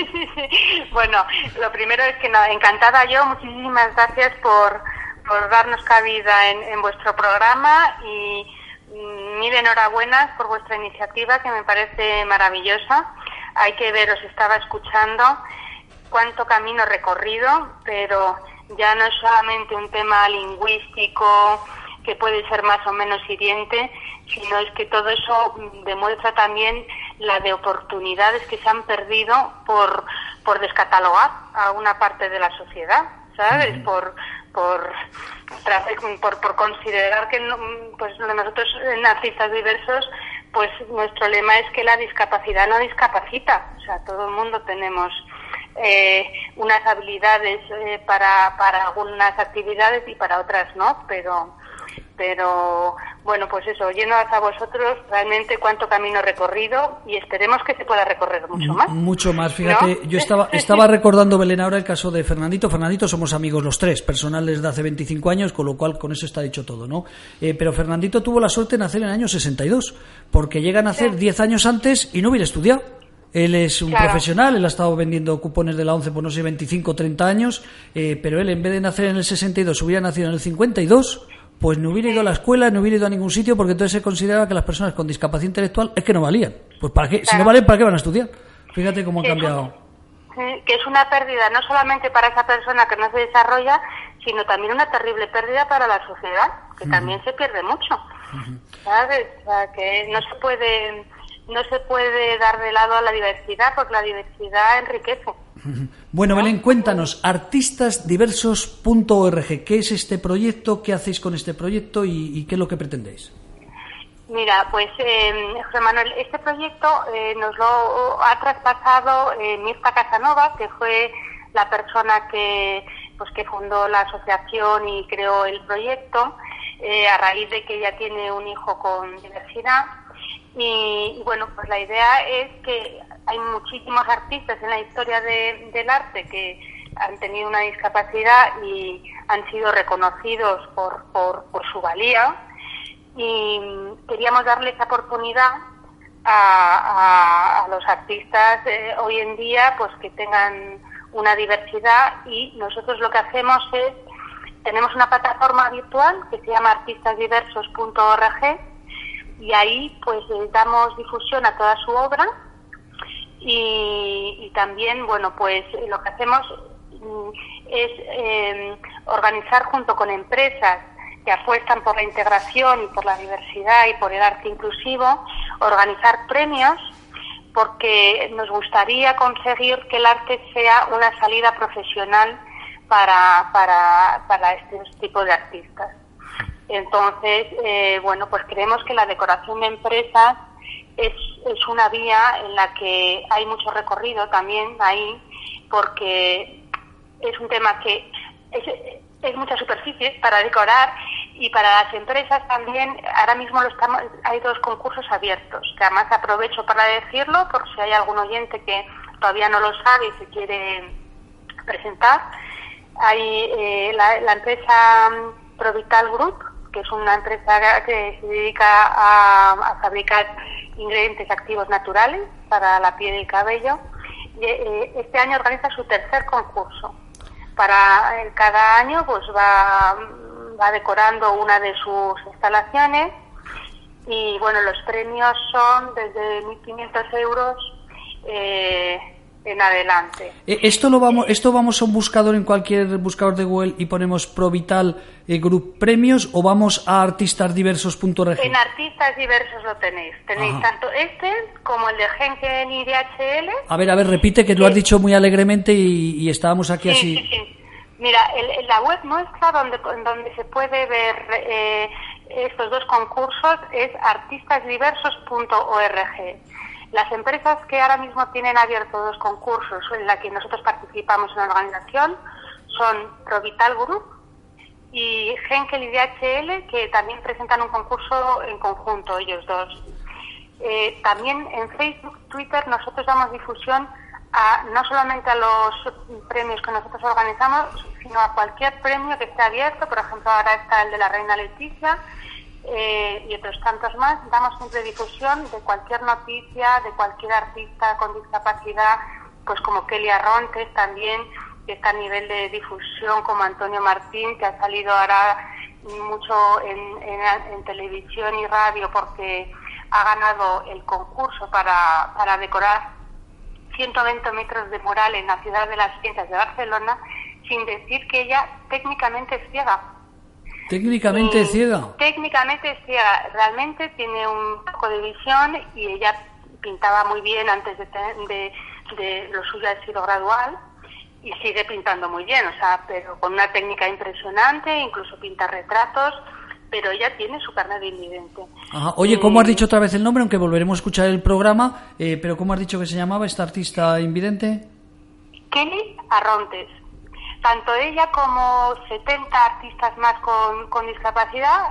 Bueno, lo primero es que nada, encantada yo, muchísimas gracias por, por darnos cabida en, en vuestro programa y mm, mil enhorabuenas por vuestra iniciativa, que me parece maravillosa. Hay que ver, os estaba escuchando, cuánto camino recorrido, pero ya no es solamente un tema lingüístico que puede ser más o menos hiriente, sino es que todo eso demuestra también la de oportunidades que se han perdido por, por descatalogar a una parte de la sociedad, ¿sabes? Uh-huh. Por, por, por, por considerar que no, pues nosotros en artistas diversos, pues nuestro lema es que la discapacidad no discapacita, o sea, todo el mundo tenemos eh, unas habilidades eh, para, para algunas actividades y para otras no, pero pero bueno, pues eso, yéndonos a vosotros, realmente cuánto camino recorrido, y esperemos que se pueda recorrer mucho más. Mucho más, fíjate, ¿no? yo estaba estaba recordando, Belén, ahora el caso de Fernandito. Fernandito somos amigos los tres, personales de hace veinticinco años, con lo cual con eso está dicho todo, ¿no? Eh, pero Fernandito tuvo la suerte de nacer en el año sesenta y dos, porque llega a nacer diez sí. años antes y no hubiera estudiado. Él es un claro. profesional, él ha estado vendiendo cupones de la ONCE por no sé, veinticinco o treinta años, eh, pero él en vez de nacer en el sesenta y dos hubiera nacido en el cincuenta y dos, pues no hubiera ido a la escuela, no hubiera ido a ningún sitio, porque entonces se consideraba que las personas con discapacidad intelectual es que no valían. Pues para qué, claro. si no valen, ¿para qué van a estudiar? Fíjate cómo ha sí, cambiado. Sí, que es una pérdida no solamente para esa persona que no se desarrolla, sino también una terrible pérdida para la sociedad, que uh-huh. también se pierde mucho. Uh-huh. ¿Sabes? O sea, que no se puede no se puede dar de lado a la diversidad, porque la diversidad enriquece. Bueno, Belén, cuéntanos, artistas diversos punto org, ¿qué es este proyecto? ¿Qué hacéis con este proyecto y, y qué es lo que pretendéis? Mira, pues, eh, José Manuel, este proyecto eh, nos lo ha traspasado eh, Mirta Casanova, que fue la persona que, pues, que fundó la asociación y creó el proyecto, eh, a raíz de que ella tiene un hijo con diversidad. Y, y bueno, pues la idea es que hay muchísimos artistas en la historia de, del arte que han tenido una discapacidad y han sido reconocidos por, por, por su valía, y queríamos darle esa oportunidad a, a, a los artistas eh, hoy en día, pues que tengan una diversidad, y nosotros lo que hacemos es, tenemos una plataforma virtual que se llama artistas diversos punto org, y ahí pues eh, damos difusión a toda su obra, y, y también, bueno, pues lo que hacemos mm, es eh, organizar junto con empresas que apuestan por la integración y por la diversidad y por el arte inclusivo, organizar premios, porque nos gustaría conseguir que el arte sea una salida profesional para, para, para este tipo de artistas. Entonces, eh, bueno, pues creemos que la decoración de empresas es, es una vía en la que hay mucho recorrido también ahí, porque es un tema que es, es mucha superficie para decorar, y para las empresas también. Ahora mismo lo estamos, hay dos concursos abiertos, que además aprovecho para decirlo, por si hay algún oyente que todavía no lo sabe y se quiere presentar. Hay eh, la, la empresa Provital Group, que es una empresa que se dedica a, a fabricar ingredientes activos naturales para la piel y el cabello. Y, eh, este año organiza su tercer concurso. Para eh, cada año pues va, va decorando una de sus instalaciones, y bueno, los premios son desde mil quinientos euros eh, en adelante. Esto lo vamos, esto vamos a un buscador en cualquier buscador de Google y ponemos Provital eh, Group Premios, o vamos a artistas diversos punto org. En Artistas Diversos lo tenéis. Tenéis Ajá. tanto este como el de Henkel y D H L. A ver, a ver, repite que lo has dicho muy alegremente y, y estábamos aquí sí, así. Sí, sí. Mira, el, la web nuestra donde donde se puede ver eh, estos dos concursos es artistas diversos punto org. Las empresas que ahora mismo tienen abiertos dos concursos en la que nosotros participamos en la organización son Provital Group y Henkel y D H L, que también presentan un concurso en conjunto, ellos dos. Eh, también en Facebook, Twitter, nosotros damos difusión a, no solamente a los premios que nosotros organizamos, sino a cualquier premio que esté abierto. Por ejemplo, ahora está el de la Reina Leticia, Eh, y otros tantos más. Damos siempre difusión de cualquier noticia, de cualquier artista con discapacidad, pues como Kelly Arrontes también, que está a nivel de difusión, como Antonio Martín, que ha salido ahora mucho en, en, en televisión y radio porque ha ganado el concurso para, para decorar ciento veinte metros de mural en la Ciudad de las Ciencias de Barcelona, sin decir que ella técnicamente es ciega. ¿Técnicamente es ciega? Técnicamente es ciega, realmente tiene un poco de visión y ella pintaba muy bien antes de, de, de lo suyo ha sido gradual y sigue pintando muy bien, o sea, pero con una técnica impresionante, incluso pinta retratos, pero ella tiene su carnet de invidente. Ajá. Oye, ¿cómo has dicho otra vez el nombre? Aunque volveremos a escuchar el programa, eh, pero ¿cómo has dicho que se llamaba esta artista invidente? Kelly Arrontes. Tanto ella como setenta artistas más con, con discapacidad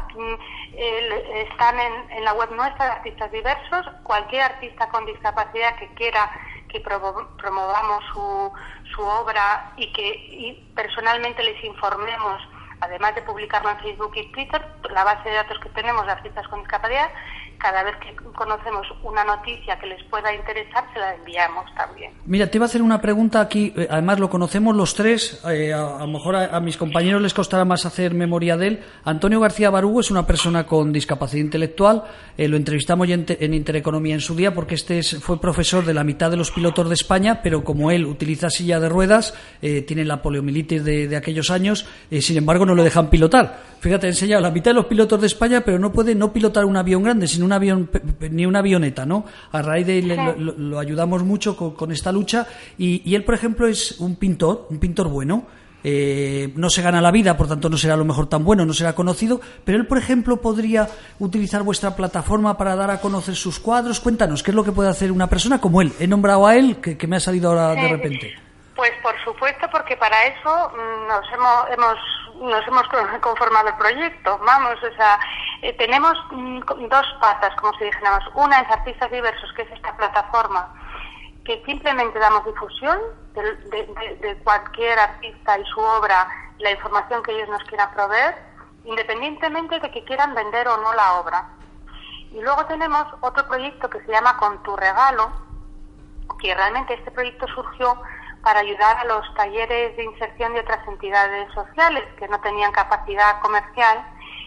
eh, están en, en la web nuestra de Artistas Diversos. Cualquier artista con discapacidad que quiera que promo, promovamos su, su obra y que y personalmente les informemos, además de publicarlo en Facebook y Twitter, la base de datos que tenemos de artistas con discapacidad, cada vez que conocemos una noticia que les pueda interesar, se la enviamos también. Mira, te iba a hacer una pregunta aquí, además lo conocemos los tres, eh, a, a lo mejor a, a mis compañeros les costará más hacer memoria de él. Antonio García Barugo es una persona con discapacidad intelectual, eh, lo entrevistamos ya en, en Intereconomía en su día, porque este es, fue profesor de la mitad de los pilotos de España, pero como él utiliza silla de ruedas, eh, tiene la poliomielitis de, de aquellos años, eh, sin embargo no lo dejan pilotar. Fíjate, he enseñado la mitad de los pilotos de España, pero no puede no pilotar un avión grande, sino un avión ni una avioneta, ¿no? A raíz de él lo, lo, lo ayudamos mucho con, con esta lucha y, y él, por ejemplo, es un pintor, un pintor bueno. Eh, no se gana la vida, por tanto no será a lo mejor tan bueno, no será conocido, pero él, por ejemplo, podría utilizar vuestra plataforma para dar a conocer sus cuadros. Cuéntanos, ¿qué es lo que puede hacer una persona como él? He nombrado a él, que, que me ha salido ahora de repente. Pues por supuesto, porque para eso nos hemos, hemos nos hemos conformado el proyecto. Vamos, o sea, eh, tenemos mm, dos patas, como si dijéramos. Una es Artistas Diversos, que es esta plataforma que simplemente damos difusión de, de, de, de cualquier artista y su obra, la información que ellos nos quieran proveer, independientemente de que quieran vender o no la obra. Y luego tenemos otro proyecto que se llama Con tu regalo, que realmente este proyecto surgió para ayudar a los talleres de inserción de otras entidades sociales que no tenían capacidad comercial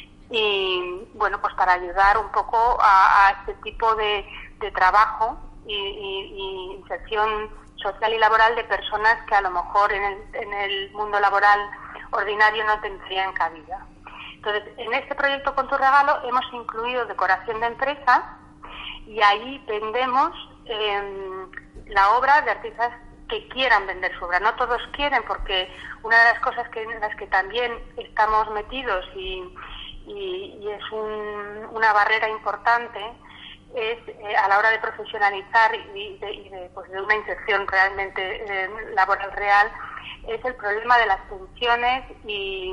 y, bueno, pues para ayudar un poco a, a este tipo de, de trabajo y, y, y inserción social y laboral de personas que a lo mejor en el, en el mundo laboral ordinario no tendrían cabida. Entonces, en este proyecto Con tu regalo hemos incluido decoración de empresa y ahí vendemos eh, la obra de artistas que quieran vender su obra. No todos quieren, porque una de las cosas que, en las que también estamos metidos y, y, y es un, una barrera importante es eh, a la hora de profesionalizar y de, y de, pues de una inserción realmente eh, laboral real, es el problema de las pensiones y,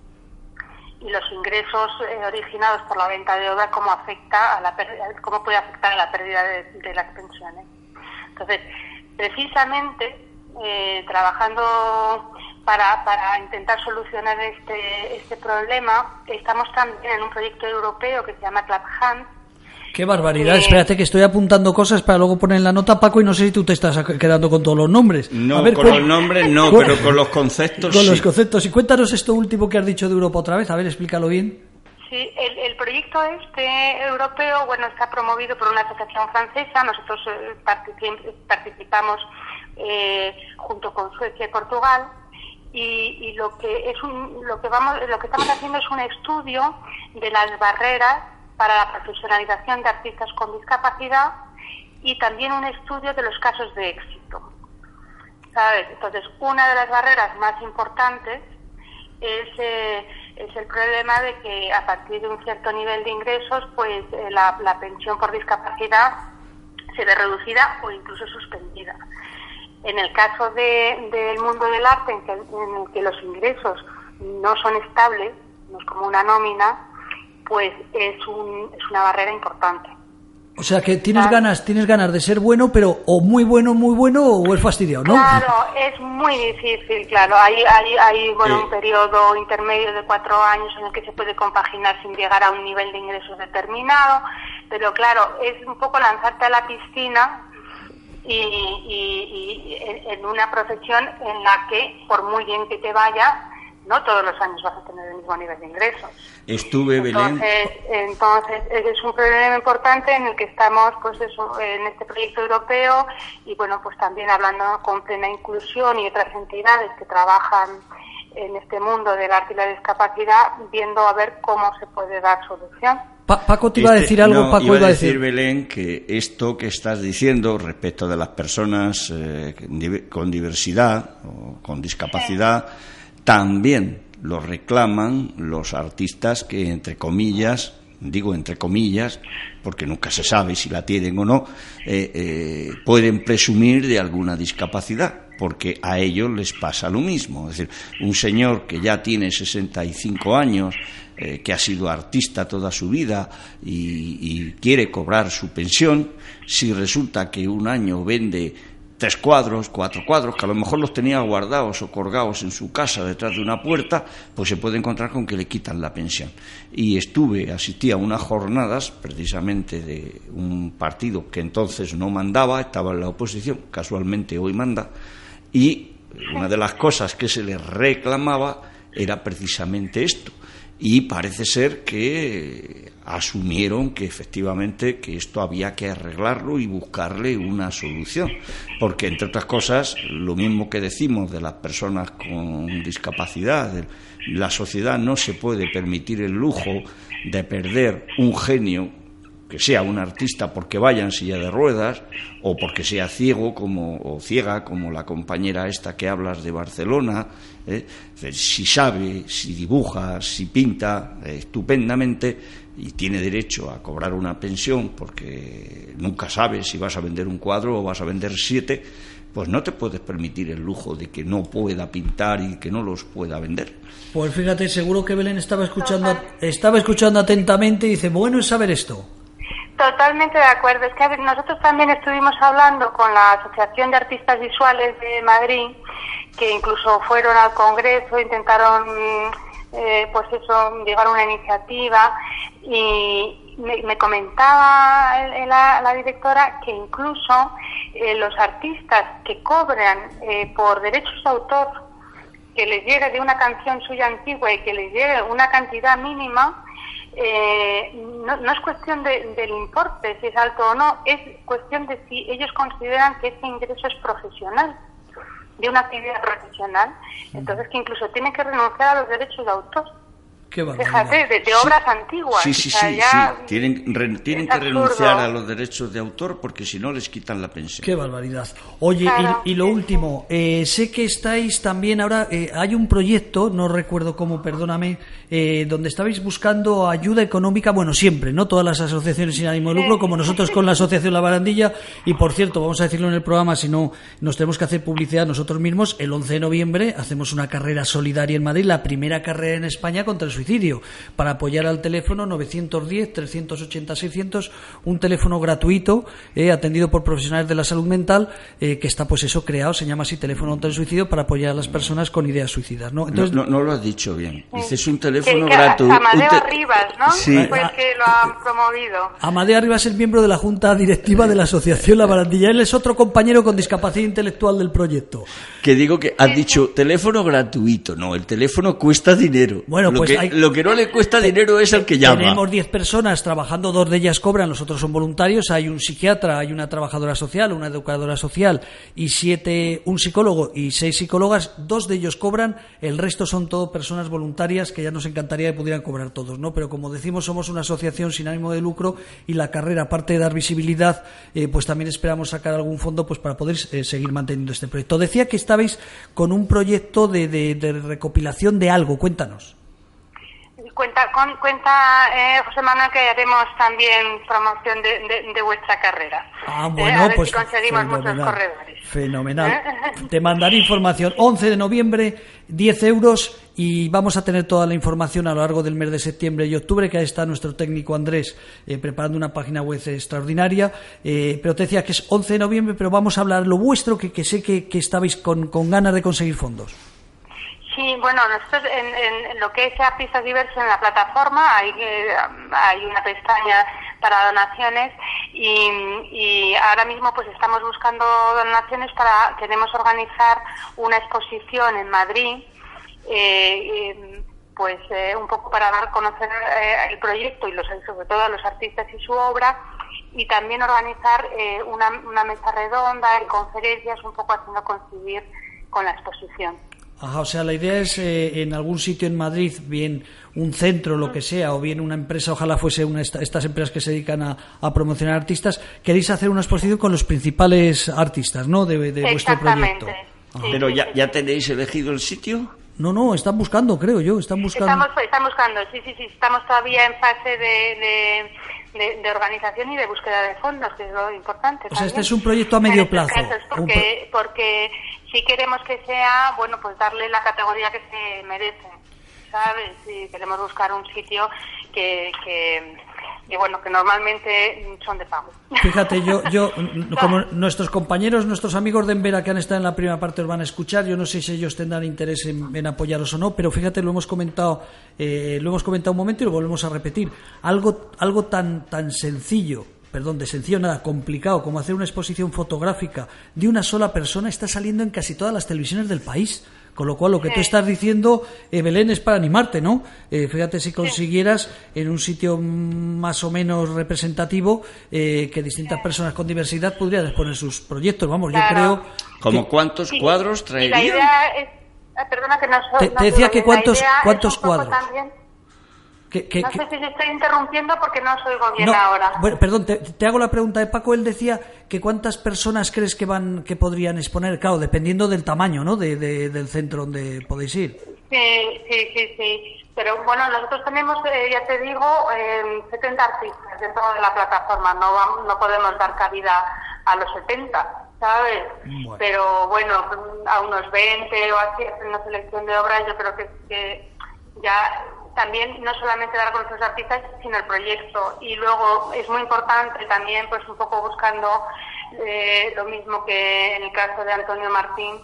y los ingresos eh, originados por la venta de obra, cómo afecta a la cómo puede afectar a la pérdida de, de las pensiones. Entonces, precisamente eh, trabajando para, para intentar solucionar este, este problema, estamos también en un proyecto europeo que se llama Clap Hands. ¡Qué barbaridad! Eh, Espérate que estoy apuntando cosas para luego poner en la nota, Paco, y no sé si tú te estás quedando con todos los nombres. No, a ver, con cu- los nombres no, cu- pero con los conceptos Con sí. los conceptos. Y cuéntanos esto último que has dicho de Europa otra vez. A ver, explícalo bien. Sí, el, el proyecto este europeo, bueno, está promovido por una asociación francesa. Nosotros eh, particip- participamos eh, junto con Suecia y Portugal. Y, y lo que es un, lo que vamos, lo que estamos haciendo es un estudio de las barreras para la profesionalización de artistas con discapacidad y también un estudio de los casos de éxito. ¿Sabes? Entonces, una de las barreras más importantes es, eh, es el problema de que a partir de un cierto nivel de ingresos, pues eh, la, la pensión por discapacidad se ve reducida o incluso suspendida. En el caso de, del mundo del arte, en, que, en el que los ingresos no son estables, no es como una nómina, pues es, un, es una barrera importante. O sea que tienes claro. ganas, tienes ganas de ser bueno, pero o muy bueno, muy bueno, o es fastidiado, ¿no? Claro, es muy difícil, claro. Hay, hay, hay bueno, sí. un periodo intermedio de cuatro años en el que se puede compaginar sin llegar a un nivel de ingresos determinado, pero claro, es un poco lanzarte a la piscina y, y, y en una profesión en la que, por muy bien que te vaya, no todos los años vas a tener el mismo nivel de ingresos. Estuve, Belén. Entonces, entonces es un problema importante en el que estamos, pues eso, en este proyecto europeo y bueno, pues también hablando con Plena Inclusión y otras entidades que trabajan en este mundo del arte y la discapacidad, viendo a ver cómo se puede dar solución. Pa- Paco te iba a decir algo, no, Paco iba, iba a decir, decir, Belén, que esto que estás diciendo respecto de las personas eh, con diversidad o con discapacidad, sí. también lo reclaman los artistas que, entre comillas, digo entre comillas, porque nunca se sabe si la tienen o no, eh, eh, pueden presumir de alguna discapacidad, porque a ellos les pasa lo mismo. Es decir, un señor que ya tiene sesenta y cinco años, eh, que ha sido artista toda su vida y, y quiere cobrar su pensión, si resulta que un año vende tres cuadros, cuatro cuadros, que a lo mejor los tenía guardados o colgados en su casa detrás de una puerta, pues se puede encontrar con que le quitan la pensión. Y estuve, asistí a unas jornadas, precisamente de un partido que entonces no mandaba, estaba en la oposición, casualmente hoy manda, y una de las cosas que se le reclamaba era precisamente esto. Y parece ser que asumieron que efectivamente que esto había que arreglarlo y buscarle una solución, porque entre otras cosas, lo mismo que decimos de las personas con discapacidad, la sociedad no se puede permitir el lujo de perder un genio que sea un artista porque vaya en silla de ruedas o porque sea ciego como o ciega como la compañera esta que hablas de Barcelona, ¿eh? Si sabe, si dibuja, si pinta eh, estupendamente y tiene derecho a cobrar una pensión porque nunca sabes si vas a vender un cuadro o vas a vender siete, pues no te puedes permitir el lujo de que no pueda pintar y que no los pueda vender. Pues fíjate, seguro que Belén estaba escuchando estaba escuchando atentamente y dice, bueno es saber esto. Totalmente de acuerdo. Es que a ver, nosotros también estuvimos hablando con la Asociación de Artistas Visuales de Madrid, que incluso fueron al Congreso, intentaron, eh, pues eso, llevar una iniciativa, y me, me comentaba la, la directora que incluso eh, los artistas que cobran eh, por derechos de autor, que les llegue de una canción suya antigua y que les llegue una cantidad mínima, Eh, no, no es cuestión de, del importe, si es alto o no, es cuestión de si ellos consideran que ese ingreso es profesional, de una actividad profesional, entonces que incluso tienen que renunciar a los derechos de autor. Fíjate, de, de obras sí. antiguas. Sí, sí, o sea, sí, ya sí. Tienen, re, tienen que absurdo. renunciar a los derechos de autor porque si no les quitan la pensión. Qué barbaridad. Oye, claro. y, y lo último, eh, sé que estáis también ahora, eh, hay un proyecto, no recuerdo cómo, perdóname, eh, donde estabais buscando ayuda económica, bueno, siempre, ¿no? Todas las asociaciones sin ánimo de lucro, como nosotros con la Asociación La Barandilla, y por cierto, vamos a decirlo en el programa, si no nos tenemos que hacer publicidad nosotros mismos, el once de noviembre hacemos una carrera solidaria en Madrid, la primera carrera en España contra el suicidio, para apoyar al teléfono nueve uno cero, tres ocho cero, seiscientos, un teléfono gratuito, eh, atendido por profesionales de la salud mental, eh, que está pues eso creado, se llama así, teléfono contra el suicidio, para apoyar a las personas con ideas suicidas, ¿no? Entonces, no, no, no lo has dicho bien. Dices un teléfono que, que gratuito. Amadeo te... Arribas, ¿no? Sí. Fue el que lo han promovido. Amadeo Arribas es miembro de la Junta Directiva de la Asociación La Barandilla. Él es otro compañero con discapacidad intelectual del proyecto. Que digo que has dicho teléfono gratuito. No, el teléfono cuesta dinero. Bueno, lo pues que, hay, lo que no le cuesta dinero es el que llama. Tenemos diez personas trabajando, dos de ellas cobran, los otros son voluntarios. Hay un psiquiatra, hay una trabajadora social, una educadora social y siete, un psicólogo y seis psicólogas. Dos de ellos cobran, el resto son todo personas voluntarias que ya nos encantaría que pudieran cobrar todos, ¿no? Pero como decimos, somos una asociación sin ánimo de lucro y la carrera, aparte de dar visibilidad, eh, pues también esperamos sacar algún fondo pues para poder eh, seguir manteniendo este proyecto. Decía que estabais con un proyecto de, de, de recopilación de algo. Cuéntanos. Cuenta, con, cuenta eh, José Manuel, que haremos también promoción de, de, de vuestra carrera. Ah, bueno, eh, a ver pues si conseguimos fenomenal, muchos corredores. Fenomenal. Te mandaré información. once de noviembre, diez euros, y vamos a tener toda la información a lo largo del mes de septiembre y octubre, que ahí está nuestro técnico Andrés eh, preparando una página web extraordinaria. Eh, pero te decía que es once de noviembre, pero vamos a hablar lo vuestro, que, que sé que, que estabais con, con ganas de conseguir fondos. Sí, bueno, nosotros en, en, en lo que es Artistas Diversos en la plataforma hay, eh, hay una pestaña para donaciones y, y ahora mismo pues estamos buscando donaciones para, queremos organizar una exposición en Madrid, eh, eh, pues eh, un poco para dar a conocer eh, el proyecto y los, sobre todo a los artistas y su obra, y también organizar eh, una, una mesa redonda y conferencias un poco haciendo coincidir con la exposición. Ajá, o sea, la idea es eh, en algún sitio en Madrid, bien un centro, lo que sea, o bien una empresa, ojalá fuese una esta, estas empresas que se dedican a, a promocionar artistas, queréis hacer una exposición con los principales artistas, ¿no?, de, de vuestro proyecto. Sí, Pero sí, ya, sí, ya sí. tenéis elegido el sitio. No, no, están buscando, creo yo, están buscando. Estamos, están buscando, sí, sí, sí, estamos todavía en fase de, de, de, de organización y de búsqueda de fondos, que es lo importante. O sea, también. este es un proyecto a medio plazo. En este caso es porque, porque sí queremos que sea, bueno, pues darle la categoría que se merece, ¿sabes? Y queremos buscar un sitio que, que, que bueno, que normalmente son de pago. Fíjate, yo, yo, como nuestros compañeros, nuestros amigos de Envera que han estado en la primera parte os van a escuchar, yo no sé si ellos tendrán interés en, en apoyaros o no, pero fíjate, lo hemos comentado, eh, lo hemos comentado un momento y lo volvemos a repetir. Algo, algo tan, tan sencillo, perdón, de sencillo nada, complicado, como hacer una exposición fotográfica de una sola persona, está saliendo en casi todas las televisiones del país. Con lo cual, lo que tú estás diciendo, eh, Belén, es para animarte, ¿no? Eh, fíjate si consiguieras en un sitio más o menos representativo eh, que distintas personas con diversidad pudieran exponer sus proyectos. Vamos, Claro. yo creo... ¿Como que- cuántos Sí, cuadros y traerían? la idea es, ah, perdona que no so- Te- no te decía digo que bien, cuántos- la idea es cuántos un poco cuadros. también- que- que- no que- sé si se estoy interrumpiendo porque no os oigo bien No, ahora. bueno, perdón, te, te hago la pregunta de Paco. Él decía que cuántas personas crees que van, que podrían exponer, claro, dependiendo del tamaño, ¿no?, de, de- del centro donde podéis ir. Sí, sí, sí, sí. Pero bueno, nosotros tenemos, eh, ya te digo, eh, setenta artistas dentro de la plataforma. No vamos, no podemos dar cabida a los setenta, ¿sabes? Bueno. Pero bueno, a unos veinte o así, hacer una selección de obras, yo creo que, que ya también no solamente dar a conocer los artistas, sino el proyecto. Y luego es muy importante también, pues un poco buscando eh, lo mismo que en el caso de Antonio Martín,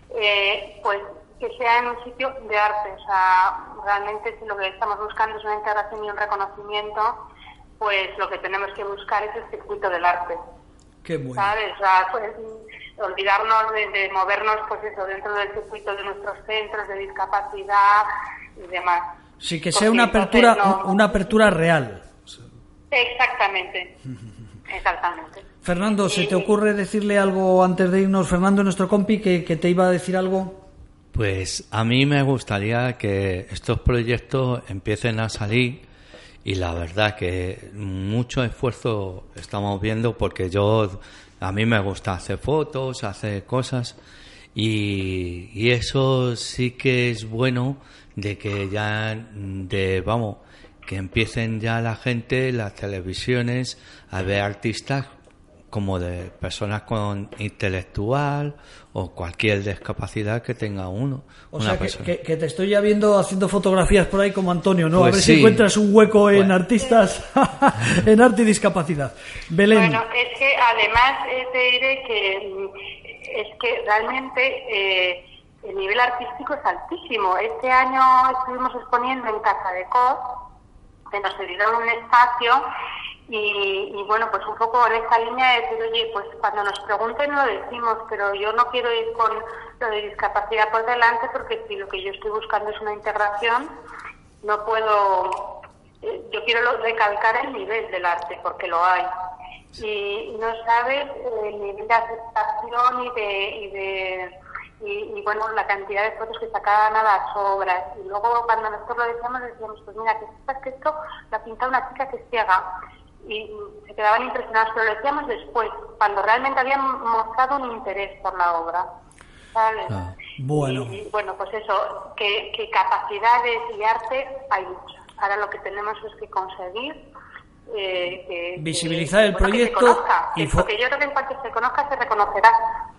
eh, pues que sea en un sitio de arte. O sea, realmente si lo que estamos buscando es una integración y un reconocimiento, pues lo que tenemos que buscar es el circuito del arte. Qué bueno. ¿Sabes? O sea, pues, olvidarnos de, de movernos, pues eso, dentro del circuito de nuestros centros de discapacidad y demás. Sí, que Porque sea una apertura, entonces no- una apertura real. Exactamente. Exactamente. Fernando, ¿se te ocurre decirle algo antes de irnos? Fernando, nuestro compi, que, que te iba a decir algo. Pues a mí me gustaría que estos proyectos empiecen a salir, y la verdad que mucho esfuerzo estamos viendo, porque yo, a mí me gusta hacer fotos, hacer cosas, y, y eso sí que es bueno, de que ya, de vamos, que empiecen ya la gente, las televisiones, a ver artistas como de personas con intelectual o cualquier discapacidad que tenga uno. O una sea, que, persona. que- que te estoy ya viendo haciendo fotografías por ahí como Antonio, ¿no? Pues a ver sí. si encuentras un hueco en Bueno. artistas, en arte y discapacidad. Belén. Bueno, es que además eh, te diré que mm, es que realmente eh, el nivel artístico es altísimo. Este año estuvimos exponiendo en Casa de Co, que nos dieron un espacio y, y bueno, pues un poco en esa línea de decir, oye, pues cuando nos pregunten lo decimos, pero yo no quiero ir con lo de discapacidad por delante, porque si lo que yo estoy buscando es una integración y, no puedo, eh, yo quiero recalcar el nivel del arte, porque lo hay. Y no sabes eh, el nivel de aceptación y de, y de y, y bueno, la cantidad de fotos que sacaban a las obras. Y luego cuando nosotros lo decíamos, decíamos, pues mira, que sepas que esto lo ha pintado una chica que es ciega. Y se quedaban impresionados, pero lo decíamos después, cuando realmente habían mostrado un interés por la obra, ¿sabes? Ah, bueno. Y, y bueno, pues eso, que, que capacidades y arte hay muchas. Ahora lo que tenemos es que conseguir eh, que, visibilizar que, el bueno, proyecto que se conozca, y que, fo- porque yo creo que en cuanto se conozca se reconocerá.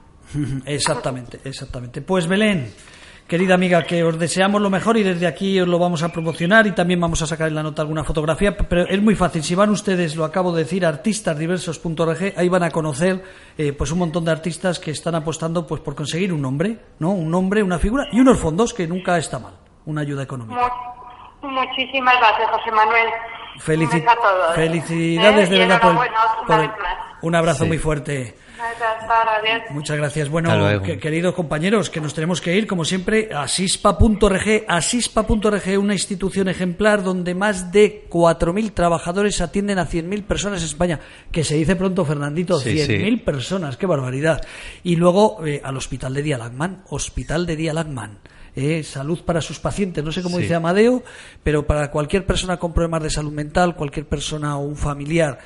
Exactamente, exactamente. Pues Belén, querida amiga, que os deseamos lo mejor y desde aquí os lo vamos a promocionar y también vamos a sacar en la nota alguna fotografía, pero es muy fácil. Si van ustedes, lo acabo de decir, artistas diversos punto org, ahí van a conocer eh, pues un montón de artistas que están apostando pues por conseguir un nombre, ¿no? Un nombre, una figura y unos fondos, que nunca está mal, una ayuda económica. Muchísimas gracias, José Manuel. Felici- Un beso a todos. Felicidades ¿Eh? de Y verdad por el- enhorabuena por una el- vez más. un abrazo Sí. muy fuerte. Hasta ahora, adiós. Muchas gracias. Bueno, Hasta luego. que- queridos compañeros, que nos tenemos que ir, como siempre, a asispa punto org. asispa punto org, una institución ejemplar donde más de cuatro mil trabajadores atienden a cien mil personas en España. Que se dice pronto, Fernandito, Sí, cien mil sí. personas, qué barbaridad. Y luego eh, al Hospital de Día Lagman, Hospital de Día Lagman. Eh, salud para sus pacientes, no sé cómo Sí. dice Amadeo, pero para cualquier persona con problemas de salud mental, cualquier persona o un familiar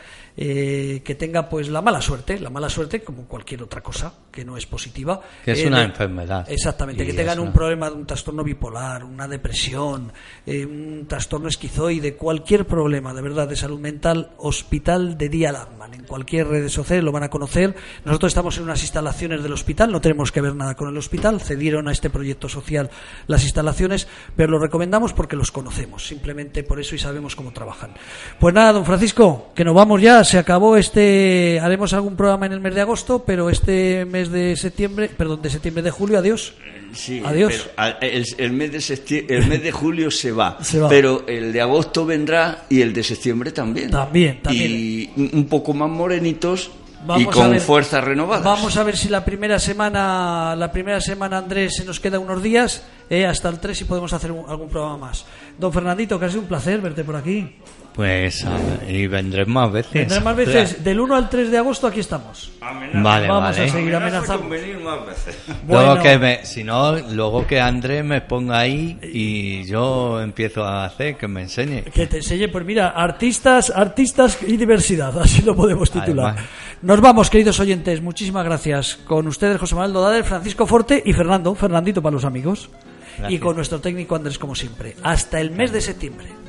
eh, que tenga pues la mala suerte, la mala suerte como cualquier otra cosa que no es positiva. Que es eh, una de- enfermedad. Exactamente, Y que tengan es un una- problema de un trastorno bipolar, una depresión, eh, un trastorno esquizoide, cualquier problema de verdad de salud mental, Hospital de Día Lagman. En cualquier red social lo van a conocer. Nosotros estamos en unas instalaciones del hospital, no tenemos que ver nada con el hospital, cedieron a este proyecto social las instalaciones, pero lo recomendamos porque los conocemos, simplemente por eso y sabemos cómo trabajan. Pues nada, don Francisco, que nos vamos ya, se acabó este, haremos algún programa en el mes de agosto, pero este mes de septiembre, perdón, de septiembre de julio, adiós. Sí, Adiós. pero a- el, el mes de septie- el mes de julio se va, Se va. pero el de agosto vendrá y el de septiembre también. También, también. Y un un poco más morenitos Vamos y a con ver- fuerzas renovadas. Vamos a ver si la primera semana, la primera semana, Andrés, se nos queda unos días, eh, hasta el tres, y podemos hacer un- algún programa más. Don Fernandito, que ha sido un placer verte por aquí. Pues, a- y vendré más veces. Vendrás más veces. Del uno al tres de agosto aquí estamos. Vale, Vamos vale. a seguir amenazando. con venir más veces. Bueno, Luego que me, si no, luego que Andrés me ponga ahí y yo empiezo a hacer, que me enseñe. que te enseñe, pues mira, artistas, artistas y diversidad, así lo podemos titular. Además. Nos vamos, queridos oyentes, muchísimas gracias. Con ustedes, José Manuel Dodade, Francisco Forte y Fernando, Fernandito para los amigos. Gracias. Y con nuestro técnico Andrés, como siempre. Hasta el mes de septiembre.